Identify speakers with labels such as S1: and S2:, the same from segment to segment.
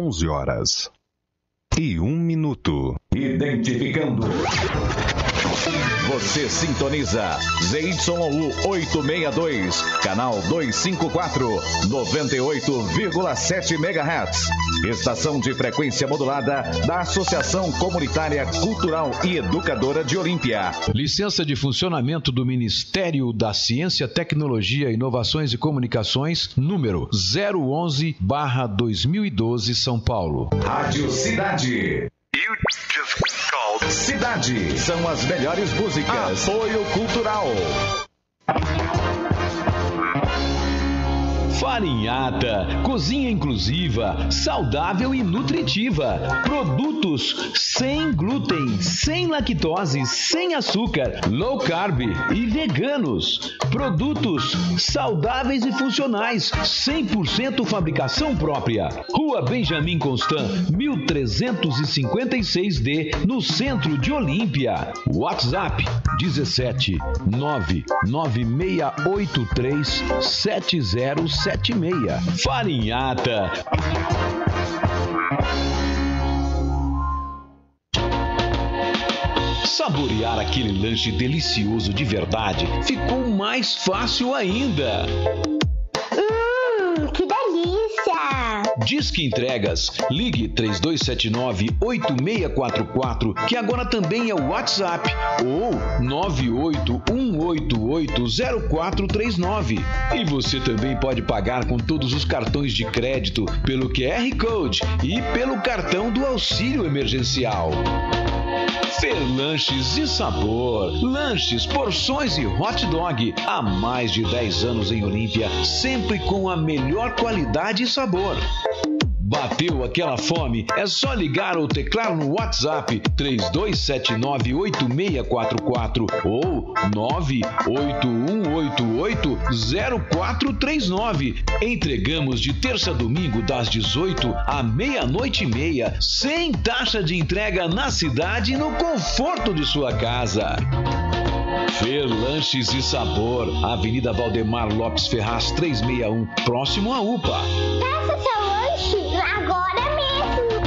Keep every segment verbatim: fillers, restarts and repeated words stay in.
S1: onze horas e um minuto.
S2: Identificando. Você sintoniza Z Y U oitocentos e sessenta e dois, canal duzentos e cinquenta e quatro, noventa e oito vírgula sete megahertz. Estação de frequência modulada da Associação Comunitária Cultural e Educadora de Olímpia.
S3: Licença de funcionamento do Ministério da Ciência, Tecnologia, Inovações e Comunicações, número zero onze barra dois mil e doze, São Paulo.
S2: Rádio Cidade. Cidade. São as melhores músicas. Apoio Cultural.
S3: Farinhata, cozinha inclusiva, saudável e nutritiva. Produtos sem glúten, sem lactose, sem açúcar, low carb e veganos. Produtos saudáveis e funcionais, cem por cento fabricação própria. Rua Benjamin Constant, mil trezentos e cinquenta e seis D, no centro de Olímpia. WhatsApp dezessete nove nove seis oito três sete zero sete seis. Farinhata. Saborear aquele lanche delicioso de verdade ficou mais fácil ainda.
S4: Hum, que delícia!
S3: Disque Entregas. Ligue três dois sete nove oito seis quatro quatro, que agora também é o WhatsApp, ou nove oito um oito oito zero quatro três nove. E você também pode pagar com todos os cartões de crédito, pelo Q R Code e pelo cartão do auxílio emergencial. Fer Lanches e Sabor. Lanches, porções e hot dog. Há mais de dez anos em Olímpia, sempre com a melhor qualidade e sabor. Bateu aquela fome? É só ligar ou teclar no WhatsApp três dois sete nove oito seis quatro quatro ou nove oito um oito oito zero quatro três nove. Entregamos de terça a domingo das dezoito à meia-noite e meia, sem taxa de entrega na cidade e no conforto de sua casa. Fer Lanches e Sabor, Avenida Valdemar Lopes Ferraz trezentos e sessenta e um, próximo à U P A.
S4: Peça seu lanche agora mesmo.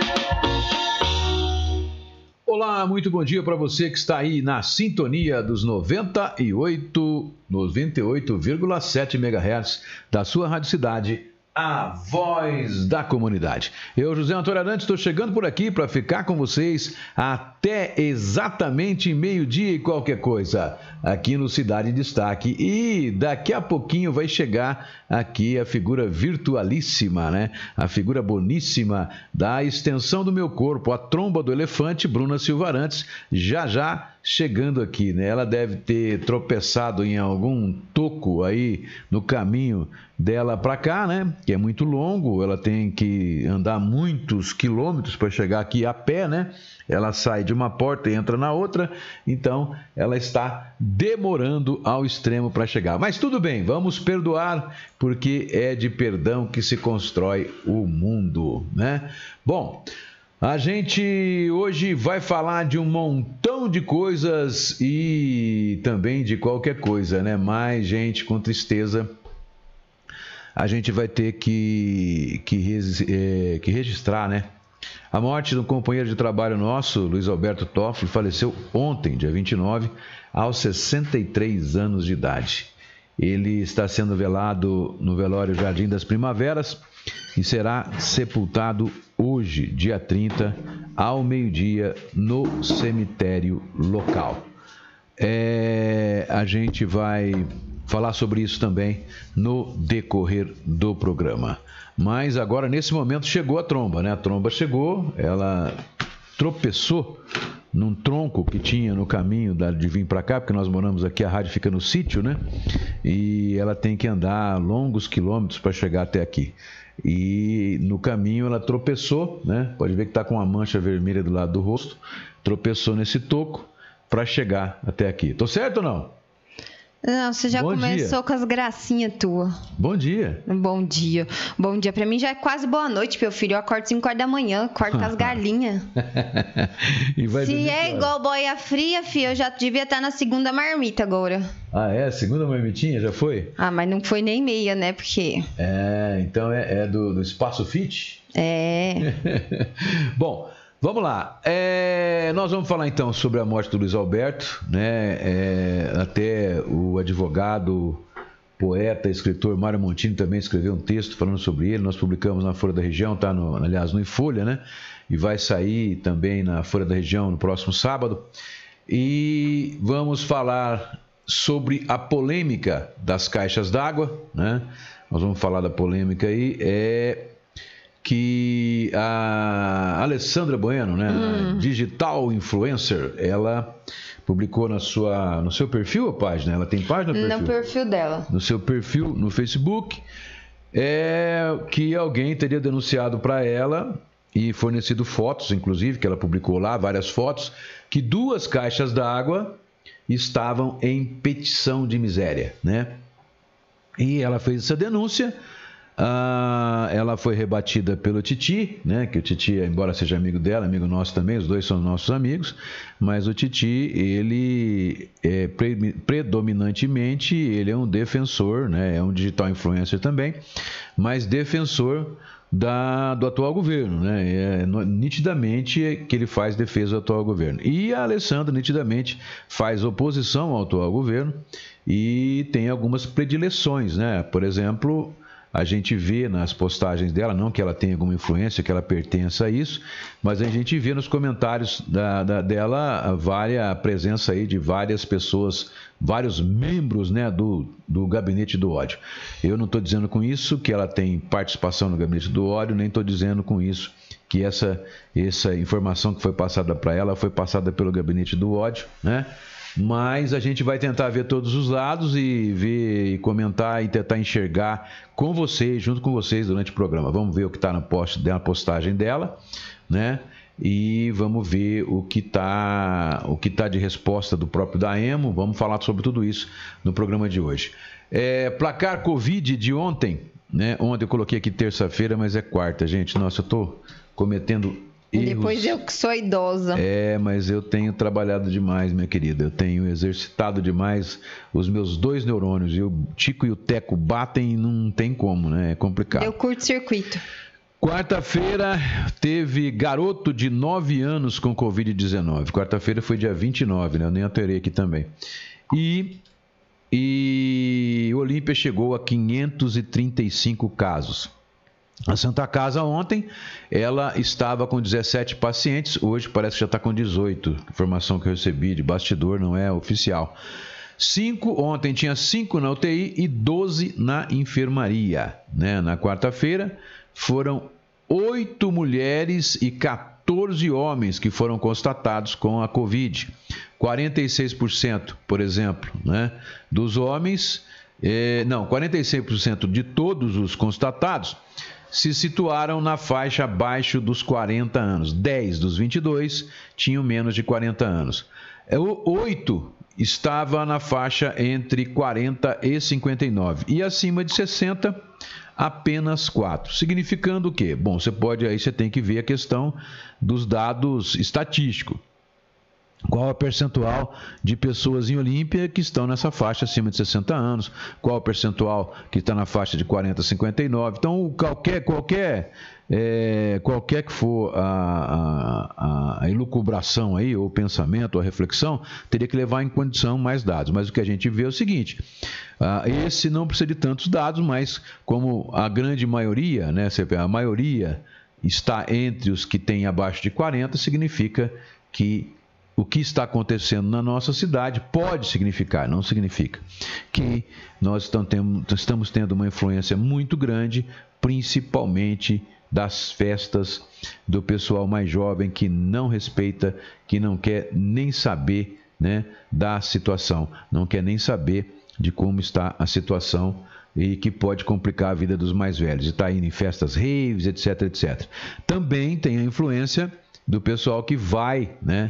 S3: Olá, muito bom dia para você que está aí na sintonia dos noventa e oito, noventa e oito vírgula sete megahertz da sua Rádio Cidade, a voz da comunidade. Eu, José Antônio Arantes, estou chegando por aqui para ficar com vocês até exatamente meio-dia e qualquer coisa, aqui no Cidade em Destaque. E daqui a pouquinho vai chegar aqui a figura virtualíssima, né? A figura boníssima da extensão do meu corpo, a tromba do elefante, Bruna Silva Arantes, já já chegando aqui, né? Ela deve ter tropeçado em algum toco aí no caminho dela para cá, né? Que é muito longo, ela tem que andar muitos quilômetros para chegar aqui a pé, né? Ela sai de uma porta e entra na outra, então ela está demorando ao extremo para chegar. Mas tudo bem, vamos perdoar, porque é de perdão que se constrói o mundo, né? Bom, a gente hoje vai falar de um montão de coisas e também de qualquer coisa, né? Mas, gente, com tristeza, a gente vai ter que, que, é, que registrar, né? A morte de um companheiro de trabalho nosso, Luiz Alberto Toffoli, faleceu ontem, dia vinte e nove, aos sessenta e três anos de idade. Ele está sendo velado no velório Jardim das Primaveras e será sepultado hoje, dia trinta, ao meio-dia, no cemitério local. É, a gente vai falar sobre isso também no decorrer do programa. Mas agora, nesse momento, chegou a tromba, né? A tromba chegou, ela tropeçou num tronco que tinha no caminho de vir para cá, porque nós moramos aqui, a rádio fica no sítio, né? E ela tem que andar longos quilômetros para chegar até aqui. E no caminho ela tropeçou, né? Pode ver que está com uma mancha vermelha do lado do rosto. Tropeçou nesse toco para chegar até aqui. Tô certo ou não?
S5: Não, você já
S3: Bom
S5: começou
S3: dia.
S5: com as gracinhas tuas.
S3: Bom dia.
S5: Bom dia. Bom dia. Pra mim já é quase boa noite, meu filho. Eu acordo cinco horas da manhã, acordo com as galinhas.
S3: E vai
S5: Se
S3: dormir
S5: é
S3: que hora?
S5: igual boia fria, filho, eu já devia estar na segunda marmita agora.
S3: Ah, é? Segunda marmitinha já foi?
S5: Ah, mas não foi nem meia, né? Porque...
S3: É, então é, é do, do Espaço Fit?
S5: É...
S3: Bom, vamos lá. É, nós vamos falar então sobre a morte do Luiz Alberto, né? É, até o advogado, poeta, escritor Mário Montini também escreveu um texto falando sobre ele. Nós publicamos na Folha da Região, tá? No, aliás, no Folha, né? E vai sair também na Folha da Região no próximo sábado. E vamos falar sobre a polêmica das caixas d'água, né? Nós vamos falar da polêmica aí. É que a Alessandra Bueno, né, hum. digital influencer, ela publicou na sua, no seu perfil a página, ela tem página no perfil?
S5: No perfil dela.
S3: No seu perfil no Facebook, é que alguém teria denunciado para ela e fornecido fotos, inclusive, que ela publicou lá, várias fotos, que duas caixas d'água estavam em petição de miséria, né? E ela fez essa denúncia. Ah, ela foi rebatida pelo Titi, né? Que o Titi, embora seja amigo dela, amigo nosso também, os dois são nossos amigos, mas o Titi, ele é pre predominantemente, ele é um defensor, né? É um digital influencer também, mas defensor da, do atual governo, né? É nitidamente que ele faz defesa do atual governo. E a Alessandra nitidamente faz oposição ao atual governo e tem algumas predileções, né? Por exemplo, a gente vê nas postagens dela, não que ela tenha alguma influência, que ela pertença a isso, mas a gente vê nos comentários da, da, dela a, várias, a presença aí de várias pessoas, vários membros, né, do, do Gabinete do Ódio. Eu não estou dizendo com isso que ela tem participação no Gabinete do Ódio, nem estou dizendo com isso que essa, essa informação que foi passada para ela foi passada pelo Gabinete do Ódio, né? Mas a gente vai tentar ver todos os lados e ver e comentar e tentar enxergar com vocês, junto com vocês durante o programa. Vamos ver o que está na, post, na postagem dela, né? E vamos ver o que está o que tá de resposta do próprio Daemo. Vamos falar sobre tudo isso no programa de hoje. É, placar Covid de ontem, né? Ontem eu coloquei aqui terça-feira, mas é quarta, gente. Nossa, eu estou cometendo erros.
S5: Depois eu que sou idosa.
S3: É, mas eu tenho trabalhado demais, minha querida. Eu tenho exercitado demais os meus dois neurônios. E o Tico e o Teco batem e não tem como, né? É complicado.
S5: Deu curto-circuito.
S3: Quarta-feira teve garoto de nove anos com covid dezenove. Quarta-feira foi dia vinte e nove, né? Eu nem alterei aqui também. E, e Olímpia chegou a quinhentos e trinta e cinco casos. A Santa Casa ontem, ela estava com dezessete pacientes, hoje parece que já está com dezoito. Informação que eu recebi de bastidor, não é oficial. Cinco, ontem tinha cinco na U T I e doze na enfermaria, né? Na quarta-feira foram oito mulheres e quatorze homens que foram constatados com a Covid. quarenta e seis por cento, por exemplo, né, dos homens, eh, não, quarenta e seis por cento de todos os constatados se situaram na faixa abaixo dos quarenta anos. dez dos vinte e dois tinham menos de quarenta anos. oito estava na faixa entre quarenta e cinquenta e nove. E acima de sessenta, apenas quatro. Significando o quê? Bom, você pode, aí você tem que ver a questão dos dados estatísticos. Qual é o percentual de pessoas em Olímpia que estão nessa faixa acima de sessenta anos? Qual é o percentual que está na faixa de quarenta a cinquenta e nove? Então, qualquer, qualquer, é, qualquer que for a, a, a elucubração aí, ou o pensamento, ou a reflexão, teria que levar em condição mais dados. Mas o que a gente vê é o seguinte, uh, esse não precisa de tantos dados, mas como a grande maioria, né, você vê, a maioria está entre os que têm abaixo de quarenta, significa que o que está acontecendo na nossa cidade pode significar, não significa, que nós estamos tendo uma influência muito grande, principalmente das festas do pessoal mais jovem que não respeita, que não quer nem saber, né, da situação, não quer nem saber de como está a situação e que pode complicar a vida dos mais velhos. E está indo em festas raves, etc, etcétera. Também tem a influência do pessoal que vai, né,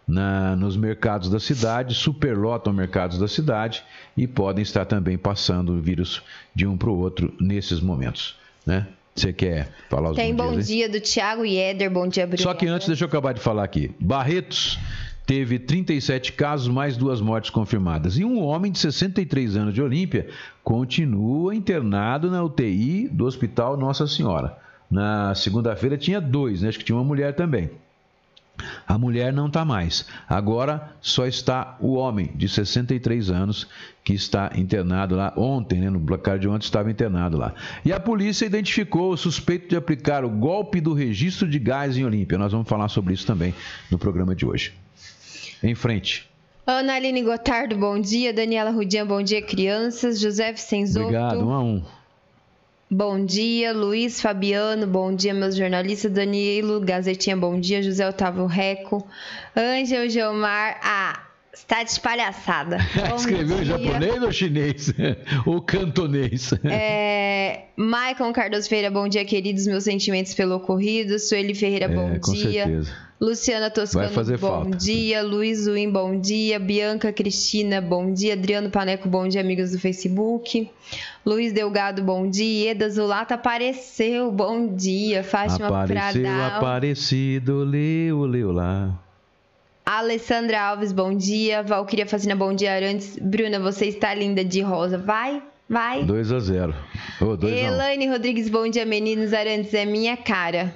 S3: na, nos mercados da cidade, superlotam mercados da cidade e podem estar também passando o vírus de um para o outro nesses momentos, né? Você quer falar os
S5: Tem
S3: bom
S5: bom
S3: dias,
S5: dia do Thiago Ieder, bom dia, Bruno.
S3: Só que antes, deixa eu acabar de falar aqui. Barretos teve trinta e sete casos, mais duas mortes confirmadas. E um homem de sessenta e três anos de Olímpia continua internado na U T I do Hospital Nossa Senhora. Na segunda-feira tinha dois, né? Acho que tinha uma mulher também. A mulher não está mais. Agora só está o homem de sessenta e três anos que está internado lá ontem, né? No placar de ontem estava internado lá. E a polícia identificou o suspeito de aplicar o golpe do registro de gás em Olímpia. Nós vamos falar sobre isso também no programa de hoje. Em frente.
S5: Ana Aline Gotardo, bom dia. Daniela Rudian, bom dia, crianças. José Vicenzoto.
S3: Obrigado, um a um.
S5: Bom dia, Luiz Fabiano, bom dia, meus jornalistas, Danilo, Gazetinha, bom dia, José Otávio Reco, Ângelo Geomar, ah, está de palhaçada.
S3: Escreveu em japonês ou chinês? Ou cantonês?
S5: É, Maicon Cardoso Ferreira, bom dia, queridos, meus sentimentos pelo ocorrido, Sueli Ferreira, bom
S3: é, com
S5: dia.
S3: Certeza.
S5: Luciana Toscano,
S3: Vai fazer
S5: bom
S3: falta.
S5: dia. Luiz Win, bom dia. Bianca Cristina, bom dia. Adriano Paneco, bom dia, amigos do Facebook. Luiz Delgado, bom dia. Eda Zulata apareceu, bom dia. Fátima
S3: Apareceu,
S5: Pradal.
S3: aparecido, leu, leu lá.
S5: Alessandra Alves, bom dia. Valquíria Facina, bom dia. Arantes, Bruna, você está linda de rosa. Vai, vai.
S3: dois a zero. Oh, dois a um.
S5: Elaine Rodrigues, bom dia, meninos. Arantes, é minha cara.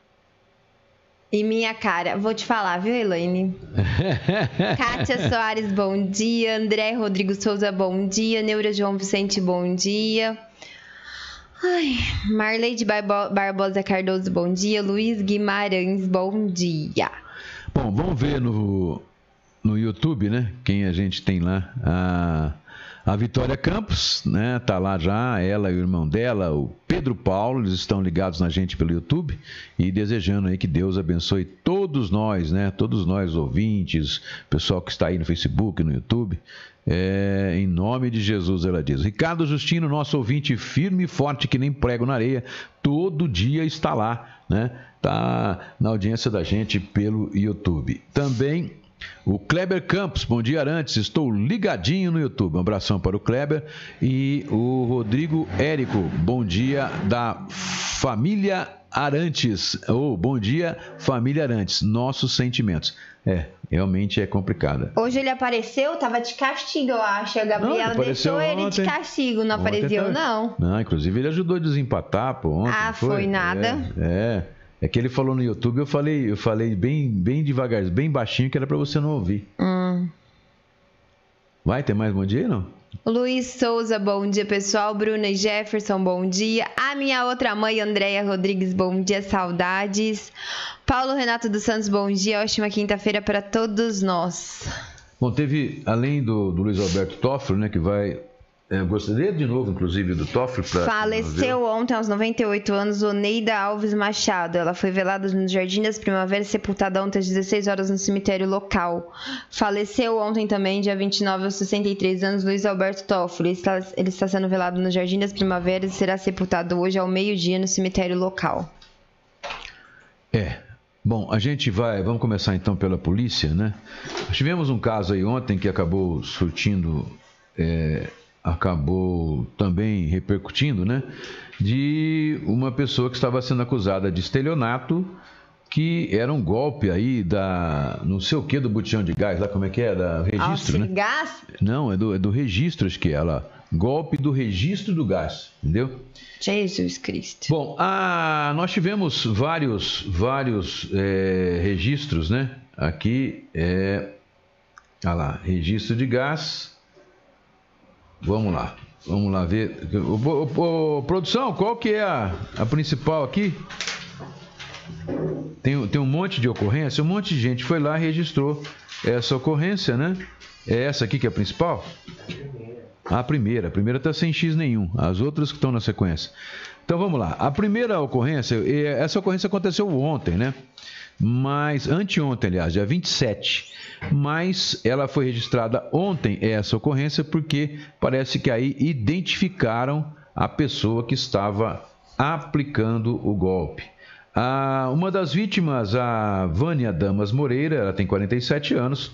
S5: E minha cara, vou te falar, viu, Elaine? Kátia Soares, bom dia. André Rodrigo Souza, bom dia. Neura João Vicente, bom dia. Ai, Marleide Barbosa Cardoso, bom dia. Luiz Guimarães, bom dia.
S3: Bom, vamos ver no, no YouTube, né? Quem a gente tem lá. A, a Vitória Campos, né? Tá lá já, ela e o irmão dela, o Pedro Paulo, eles estão ligados na gente pelo YouTube e desejando aí que Deus abençoe todos nós, né? Todos nós ouvintes, pessoal que está aí no Facebook, no YouTube. É, em nome de Jesus, ela diz. Ricardo Justino, nosso ouvinte firme e forte que nem prego na areia, todo dia está lá, né? Tá na audiência da gente pelo YouTube. Também o Kleber Campos, bom dia, Arantes, estou ligadinho no YouTube. Um abração para o Kleber. E o Rodrigo Érico, bom dia da família Arantes. Oh, bom dia, família Arantes, nossos sentimentos. É, realmente é complicado.
S5: Hoje ele apareceu, tava de castigo, eu acho. A Gabriela
S3: não,
S5: deixou
S3: ontem.
S5: ele de castigo, não
S3: Ontem
S5: apareceu,
S3: tá...
S5: não.
S3: Não, inclusive ele ajudou a desempatar, pô, ontem.
S5: Ah,
S3: foi?
S5: foi nada.
S3: É, é. É que ele falou no YouTube, eu falei, eu falei bem, bem devagar, bem baixinho, que era pra você não ouvir.
S5: Hum.
S3: Vai, tem mais bom dia aí, não?
S5: Luiz Souza, bom dia, pessoal. Bruna e Jefferson, bom dia. A minha outra mãe, Andréia Rodrigues, bom dia, saudades. Paulo Renato dos Santos, bom dia. Ótima quinta-feira para todos nós.
S3: Bom, teve, além do, do Luiz Alberto Toffoli, né, que vai... É, eu gostaria de novo, inclusive, do Toffoli. Pra,
S5: Faleceu ontem, aos noventa e oito anos, Oneida Alves Machado. Ela foi velada no Jardim das Primaveras, sepultada ontem às dezesseis horas no cemitério local. Faleceu ontem também, dia vinte e nove, aos sessenta e três anos, Luiz Alberto Toffoli. Ele está, ele está sendo velado no Jardim das Primaveras e será sepultado hoje ao meio-dia no cemitério local.
S3: É. Bom, a gente vai... Vamos começar então pela polícia, né? Nós tivemos um caso aí ontem que acabou surtindo... É, acabou também repercutindo, né, de uma pessoa que estava sendo acusada de estelionato, que era um golpe aí da, não sei o que, do botijão de gás, lá como é que é, da registro, né?
S5: Gás?
S3: Não, é do, é do registro, acho que é lá, golpe do registro do gás, entendeu?
S5: Jesus Cristo.
S3: Bom, a, nós tivemos vários, vários é, registros, né, aqui, é, olha lá, registro de gás. Vamos lá, vamos lá ver. O, o, o, produção, qual que é a, a principal aqui? Tem, tem um monte de ocorrência, um monte de gente foi lá e registrou essa ocorrência, né? É essa aqui que é a principal? A primeira, a primeira está sem X nenhum, as outras que estão na sequência. Então vamos lá, a primeira ocorrência, essa ocorrência aconteceu ontem, né? Mas, anteontem, aliás, dia vinte e sete, mas ela foi registrada ontem, essa ocorrência, porque parece que aí identificaram a pessoa que estava aplicando o golpe. A, uma das vítimas, a Vânia Damas Moreira, ela tem quarenta e sete anos.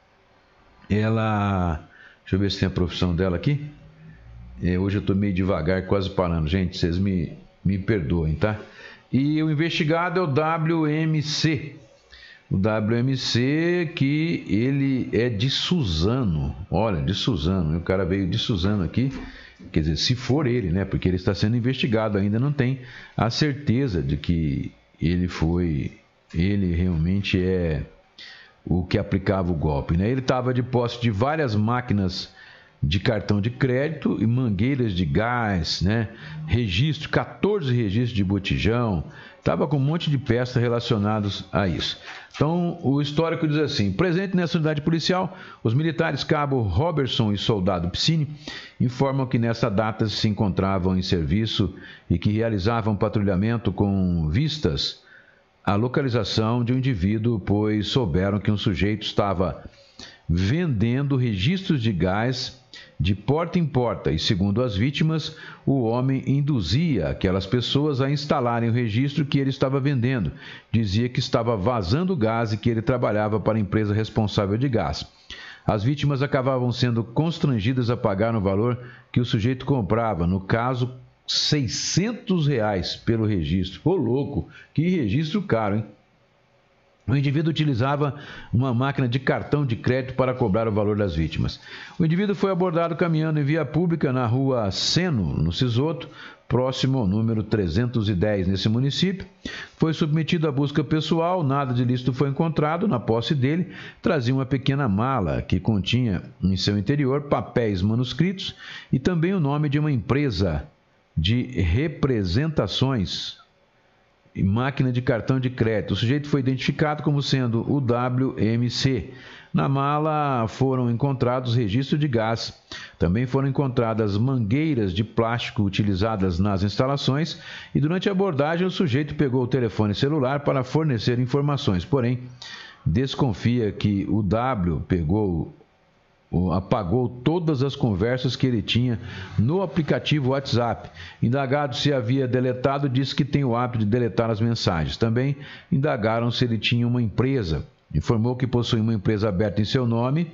S3: Ela... Deixa eu ver se tem a profissão dela aqui. É, hoje eu estou meio devagar, quase parando. Gente, vocês me, me perdoem, tá? E o investigado é o W M C. O W M C, que ele é de Suzano. Olha, de Suzano. O cara veio de Suzano aqui. Quer dizer, se for ele, né? Porque ele está sendo investigado, ainda não tem a certeza de que ele foi... Ele realmente é o que aplicava o golpe, né? Ele estava de posse de várias máquinas de cartão de crédito e mangueiras de gás, né? Registro, quatorze registros de botijão. Estava com um monte de peças relacionadas a isso. Então, o histórico diz assim: presente nessa unidade policial, os militares Cabo Robertson e Soldado Piscine informam que nessa data se encontravam em serviço e que realizavam patrulhamento com vistas à localização de um indivíduo, pois souberam que um sujeito estava vendendo registros de gás de porta em porta e, segundo as vítimas, o homem induzia aquelas pessoas a instalarem o registro que ele estava vendendo. Dizia que estava vazando gás e que ele trabalhava para a empresa responsável de gás. As vítimas acabavam sendo constrangidas a pagar o valor que o sujeito comprava, no caso, seiscentos reais pelo registro. Ô louco, que registro caro, hein? O indivíduo utilizava uma máquina de cartão de crédito para cobrar o valor das vítimas. O indivíduo foi abordado caminhando em via pública na rua Seno, no Cisoto, próximo ao número trezentos e dez nesse município. Foi submetido à busca pessoal, nada de ilícito foi encontrado. Na posse dele, trazia uma pequena mala que continha em seu interior papéis manuscritos e também o nome de uma empresa de representações e máquina de cartão de crédito. O sujeito foi identificado como sendo o W M C. Na mala foram encontrados registros de gás. Também foram encontradas mangueiras de plástico utilizadas nas instalações e durante a abordagem o sujeito pegou o telefone celular para fornecer informações. Porém, desconfia que o W pegou apagou todas as conversas que ele tinha no aplicativo WhatsApp. Indagado se havia deletado, disse que tem o hábito de deletar as mensagens. Também indagaram se ele tinha uma empresa. Informou que possui uma empresa aberta em seu nome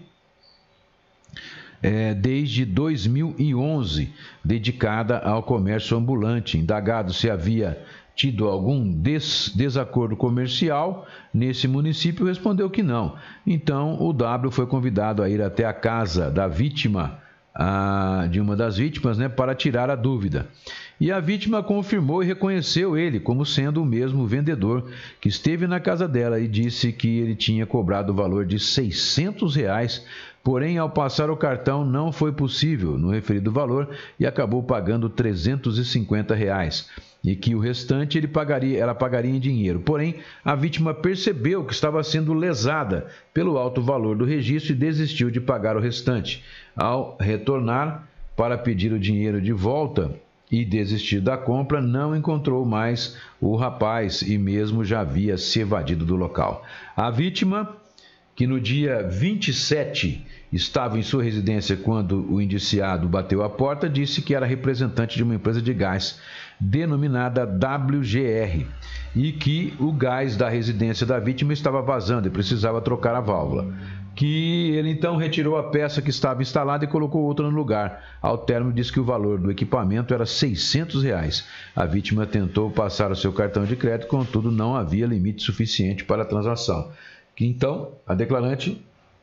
S3: é, desde dois mil e onze, dedicada ao comércio ambulante. Indagado se havia tido algum des, desacordo comercial nesse município, respondeu que não. Então, o W foi convidado a ir até a casa da vítima, a, de uma das vítimas, né, para tirar a dúvida. E a vítima confirmou e reconheceu ele como sendo o mesmo vendedor que esteve na casa dela e disse que ele tinha cobrado o valor de seiscentos reais, porém, ao passar o cartão não foi possível no referido valor e acabou pagando trezentos e cinquenta reais. E que o restante ele pagaria, ela pagaria em dinheiro. Porém, a vítima percebeu que estava sendo lesada pelo alto valor do registro e desistiu de pagar o restante. Ao retornar para pedir o dinheiro de volta e desistir da compra, não encontrou mais o rapaz e mesmo já havia se evadido do local. A vítima, que no dia vinte e sete estava em sua residência quando o indiciado bateu a porta, disse que era representante de uma empresa de gás denominada W G R e que o gás da residência da vítima estava vazando e precisava trocar a válvula. Que ele então retirou a peça que estava instalada e colocou outra no lugar. Ao término, disse que o valor do equipamento era seiscentos reais. A vítima tentou passar o seu cartão de crédito, contudo não havia limite suficiente para a transação. Que então a declarante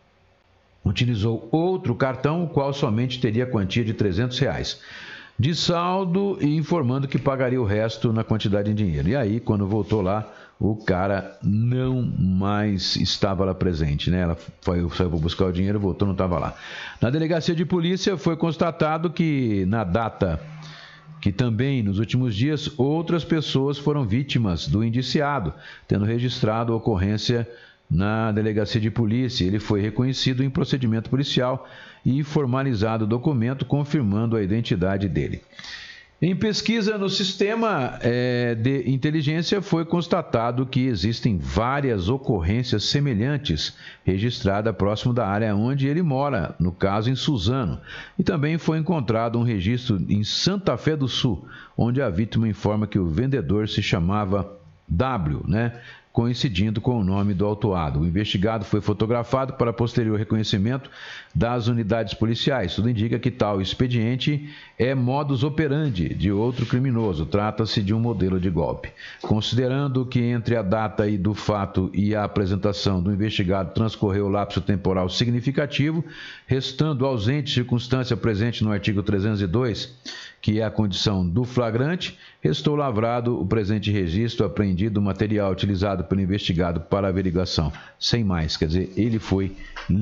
S3: utilizou outro cartão, o qual somente teria quantia de trezentos reais de saldo e informando que pagaria o resto na quantidade em dinheiro. E aí, quando voltou lá, o cara não mais estava lá presente, né? Ela foi, saiu para buscar o dinheiro, voltou, não estava lá. Na delegacia de polícia foi constatado que na data que também nos últimos dias outras pessoas foram vítimas do indiciado, tendo registrado a ocorrência na delegacia de polícia. Ele foi reconhecido em procedimento policial e formalizado o documento confirmando a identidade dele. Em pesquisa no sistema é, de inteligência foi constatado que existem várias ocorrências semelhantes registradas próximo da área onde ele mora, no caso em Suzano. E também foi encontrado um registro em Santa Fé do Sul, onde a vítima informa que o vendedor se chamava W, né? Coincidindo com o nome do autuado. O investigado foi fotografado para posterior reconhecimento das unidades policiais. Tudo indica que tal expediente é modus operandi de outro criminoso. Trata-se de um modelo de golpe. Considerando que entre a data e do fato e a apresentação do investigado transcorreu lapso temporal significativo, restando ausente circunstância presente no artigo trezentos e dois, que é a condição do flagrante, restou lavrado o presente registro, apreendido o material utilizado pelo investigado para averiguação. Sem mais, quer dizer, ele foi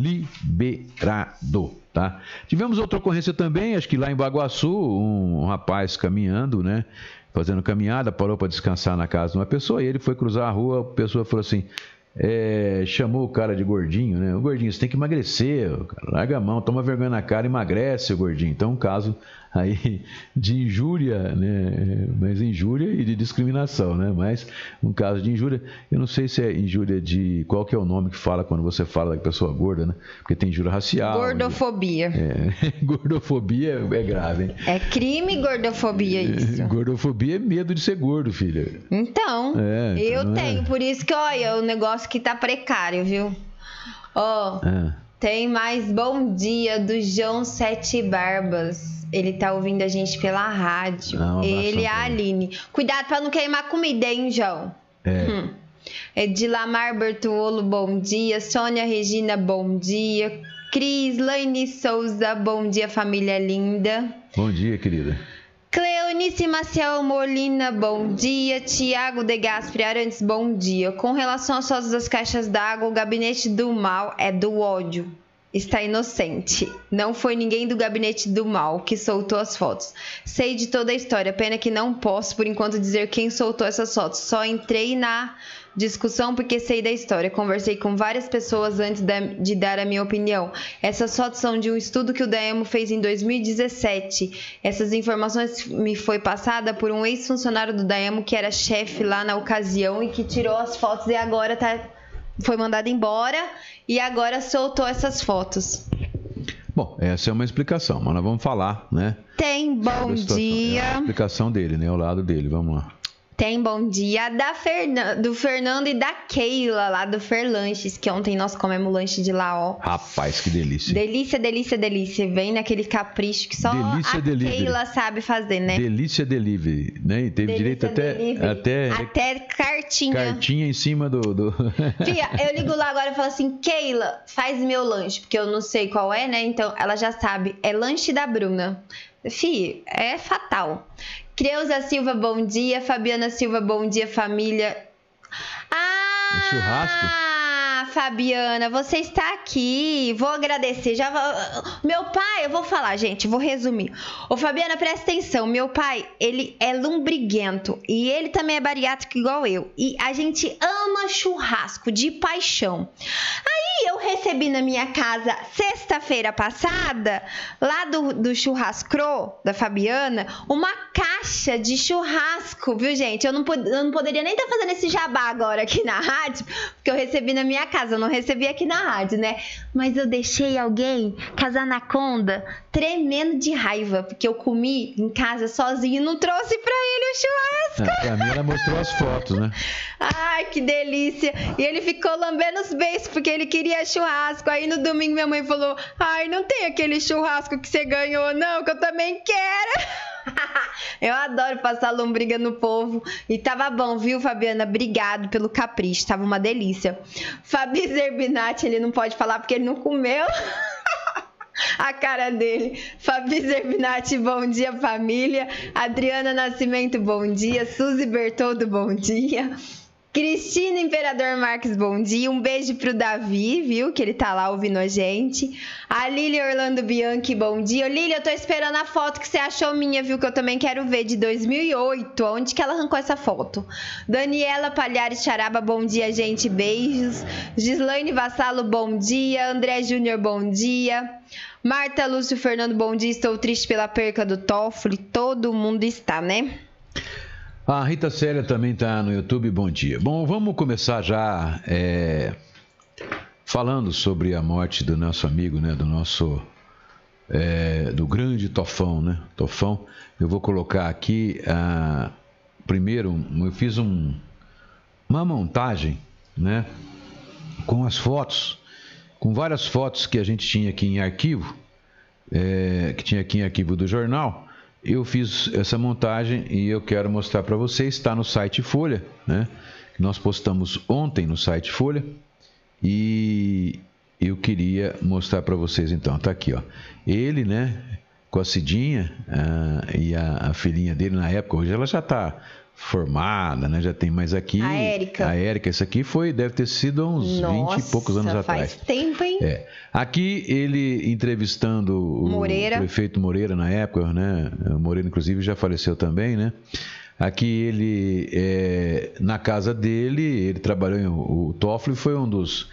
S3: liberado, tá? Tivemos outra ocorrência também, acho que lá em Baguaçu, um, um rapaz caminhando, né? Fazendo caminhada, parou para descansar na casa de uma pessoa, e ele foi cruzar a rua, a pessoa falou assim, é, chamou o cara de gordinho, né? O gordinho, você tem que emagrecer, cara, larga a mão, toma vergonha na cara, emagrece o gordinho. Então, um caso aí de injúria, né? Mas injúria e de discriminação, né? Mas um caso de injúria, eu não sei se é injúria de, qual que é o nome que fala quando você fala da pessoa gorda, né? Porque tem injúria racial.
S5: Gordofobia.
S3: É, gordofobia é grave, hein?
S5: É crime gordofobia isso.
S3: Gordofobia é medo de ser gordo, filha.
S5: Então,
S3: é,
S5: eu
S3: então
S5: tenho,
S3: é.
S5: Por isso que, olha, o negócio que tá precário, viu? Ó, oh,
S3: é.
S5: Tem mais bom dia do João Sete Barbas. Ele tá ouvindo a gente pela rádio.
S3: Ah, um
S5: Ele e a Aline. Cuidado pra não queimar comida, hein, João?
S3: É.
S5: Hum. Edilamar Bertuolo, bom dia. Sônia Regina, bom dia. Cris Laine Souza, bom dia, família linda.
S3: Bom dia, querida.
S5: Cleonice Maciel Molina, bom dia. Tiago de Gaspri Arantes, bom dia. Com relação às fotos das caixas d'água, o gabinete do mal é do ódio. Está inocente. Não foi ninguém do gabinete do mal que soltou as fotos. Sei de toda a história, pena que não posso, por enquanto, dizer quem soltou essas fotos. Só entrei na discussão porque sei da história. Conversei com várias pessoas antes de dar a minha opinião. Essas fotos são de um estudo que o DAEMO fez em dois mil e dezessete. Essas informações me foi passada por um ex-funcionário do DAEMO que era chefe lá na ocasião e que tirou as fotos e agora tá... foi mandado embora e agora soltou essas fotos.
S3: Bom, essa é uma explicação, mas nós vamos falar, né?
S5: Tem bom dia.
S3: É a explicação dele, né? O lado dele, vamos lá.
S5: Tem bom dia da Fernan... do Fernando e da Keila, lá do Ferlanches, que ontem nós comemos lanche de lá, ó.
S3: Rapaz, que delícia.
S5: Delícia, delícia, delícia. Vem naquele capricho que só
S3: delícia
S5: a
S3: delivery.
S5: Keila sabe fazer, né?
S3: Delícia delivery, né? E teve
S5: delícia
S3: direito até, até...
S5: Até cartinha.
S3: Cartinha em cima do... do...
S5: Fia, eu ligo lá agora e falo assim, Keila, faz meu lanche, porque eu não sei qual é, né? Então, ela já sabe. É lanche da Bruna. Fih, é fatal. Creuza Silva, bom dia. Fabiana Silva, bom dia, família. Ah,
S3: um churrasco?
S5: Fabiana, você está aqui. Vou agradecer. Já vou... Meu pai, eu vou falar, gente, vou resumir. Ô, Fabiana, presta atenção. Meu pai, ele é lombriguento e ele também é bariátrico igual eu. E a gente ama churrasco de paixão. Aí eu recebi na minha casa sexta-feira passada, lá do, do churrasco da Fabiana, uma caixa de churrasco, viu, gente? Eu não, pod- eu não poderia nem estar tá fazendo esse jabá agora aqui na rádio, porque eu recebi na minha casa, eu não recebi aqui na rádio, né? Mas eu deixei alguém, casa anaconda, tremendo de raiva, porque eu comi em casa sozinho e não trouxe pra ele o churrasco.
S3: É, pra mim ela mostrou as fotos, né?
S5: Ai, que delícia. E ele ficou lambendo os beijos, porque ele queria churrasco. Aí no domingo minha mãe falou, ai, não tem aquele churrasco que você ganhou, não, que eu também quero. Eu adoro passar lombriga no povo. E tava bom, viu, Fabiana? Obrigado pelo capricho, tava uma delícia. Fabi Zerbinati, ele não pode falar porque ele não comeu. A cara dele. Fabi Zerbinati, bom dia, família. Adriana Nascimento, bom dia. Suzy Bertoldo, bom dia. Cristina Imperador Marques, bom dia. Um beijo pro Davi, viu? Que ele tá lá ouvindo a gente. A Lília Orlando Bianchi, bom dia. Lília, eu tô esperando a foto que você achou minha, viu? Que eu também quero ver, de dois mil e oito. Onde que ela arrancou essa foto? Daniela Palhares Charaba, bom dia, gente. Beijos. Gislaine Vassalo, bom dia. André Júnior, bom dia. Marta Lúcio Fernando, bom dia. Estou triste pela perca do Toffoli. Todo mundo está, né?
S3: A Rita Célia também está no YouTube, bom dia. Bom, vamos começar já é, falando sobre a morte do nosso amigo, né, do nosso, é, do grande Tofão, né, Tofão. Eu vou colocar aqui, ah, primeiro, eu fiz um, uma montagem, né, com as fotos, com várias fotos que a gente tinha aqui em arquivo, é, que tinha aqui em arquivo do jornal. Eu fiz essa montagem e eu quero mostrar para vocês. Está no site Folha, né? Nós postamos ontem no site Folha e eu queria mostrar para vocês então. Tá aqui, ó. Ele, né, com a Cidinha a, e a, a filhinha dele na época. Hoje ela já está formada, né? Já tem mais aqui.
S5: A Érica.
S3: A Érica, isso aqui foi, deve ter sido uns
S5: Nossa,
S3: vinte e poucos anos
S5: faz
S3: atrás.
S5: Faz tempo, hein?
S3: É. Aqui ele entrevistando o
S5: Moreira.
S3: prefeito Moreira na época, né? O Moreira, inclusive, já faleceu também, né? Aqui ele, é, na casa dele, ele trabalhou em, o Toffoli foi um dos,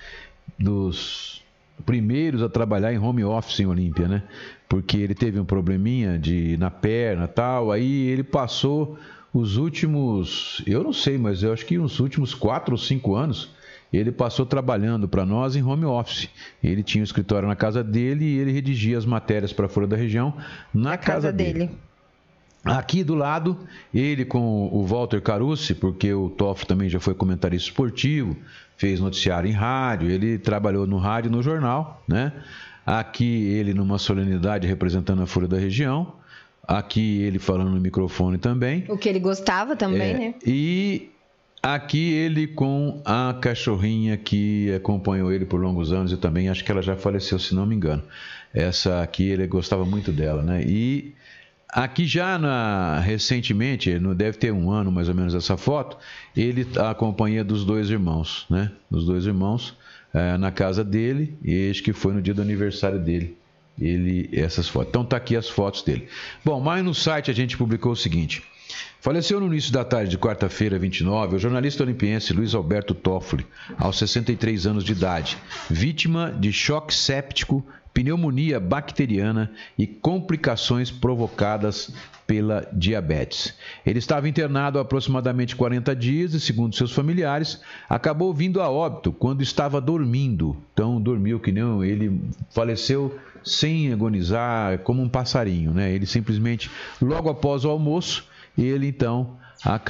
S3: dos primeiros a trabalhar em home office em Olímpia, né? Porque ele teve um probleminha de, na perna e tal, aí ele passou os últimos, eu não sei, mas eu acho que uns últimos quatro ou cinco anos, ele passou trabalhando para nós em home office. Ele tinha um escritório na casa dele e ele redigia as matérias para fora da região na, na casa, casa dele. dele. Aqui do lado, ele com o Walter Carucci, porque o Toffoli também já foi comentarista esportivo, fez noticiário em rádio, ele trabalhou no rádio e no jornal, né? Aqui ele numa solenidade representando a Folha da Região. Aqui ele falando no microfone também.
S5: O que ele gostava também, é, né?
S3: E aqui ele com a cachorrinha que acompanhou ele por longos anos e também acho que ela já faleceu, se não me engano. Essa aqui ele gostava muito dela, né? E aqui já na, recentemente, não deve ter um ano mais ou menos essa foto, ele tá a companhia dos dois irmãos, né? Dos dois irmãos é, na casa dele, e acho que foi no dia do aniversário dele. Ele, essas fotos. Então tá aqui as fotos dele. Bom, mas no site a gente publicou o seguinte: faleceu no início da tarde de quarta-feira, vinte e nove, o jornalista olimpiense Luiz Alberto Toffoli, aos sessenta e três anos de idade, vítima de choque séptico, pneumonia bacteriana e complicações provocadas pela diabetes. Ele estava internado há aproximadamente quarenta dias e, segundo seus familiares, acabou vindo a óbito quando estava dormindo. Então, dormiu que não, ele faleceu sem agonizar, como um passarinho, né? Ele simplesmente, logo após o almoço, ele então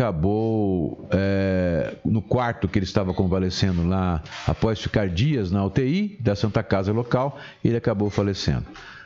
S3: acabou é, no quarto que ele estava convalescendo lá, após ficar dias na U T I da Santa Casa local, ele acabou falecendo.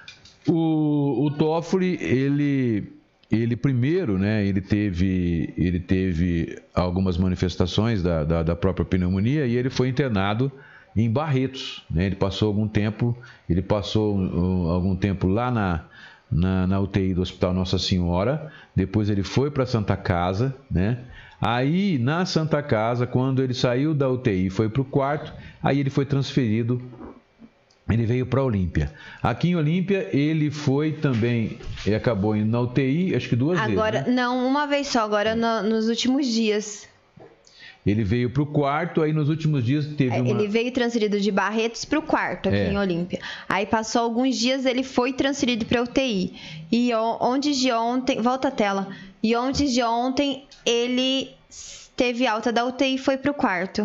S3: O, o Toffoli, ele, ele primeiro, né, ele teve, ele teve algumas manifestações da, da, da própria pneumonia e ele foi internado em Barretos, né? Ele passou algum tempo, ele passou uh, algum tempo lá na, na, na U T I do Hospital Nossa Senhora, depois ele foi para a Santa Casa, né? Aí na Santa Casa, quando ele saiu da U T I e foi para o quarto, aí ele foi transferido, ele veio para Olímpia. Aqui em Olímpia ele foi também, ele acabou indo na U T I, acho que duas
S5: agora,
S3: vezes, né?
S5: Não, uma vez só, agora no, nos últimos dias.
S3: Ele veio para o quarto, aí nos últimos dias teve
S5: é,
S3: uma...
S5: Ele veio transferido de Barretos para o quarto, aqui é. em Olímpia. Aí passou alguns dias, ele foi transferido para a U T I. E antes de ontem... Volta a tela. E antes de ontem, ele teve alta da U T I e foi para o quarto.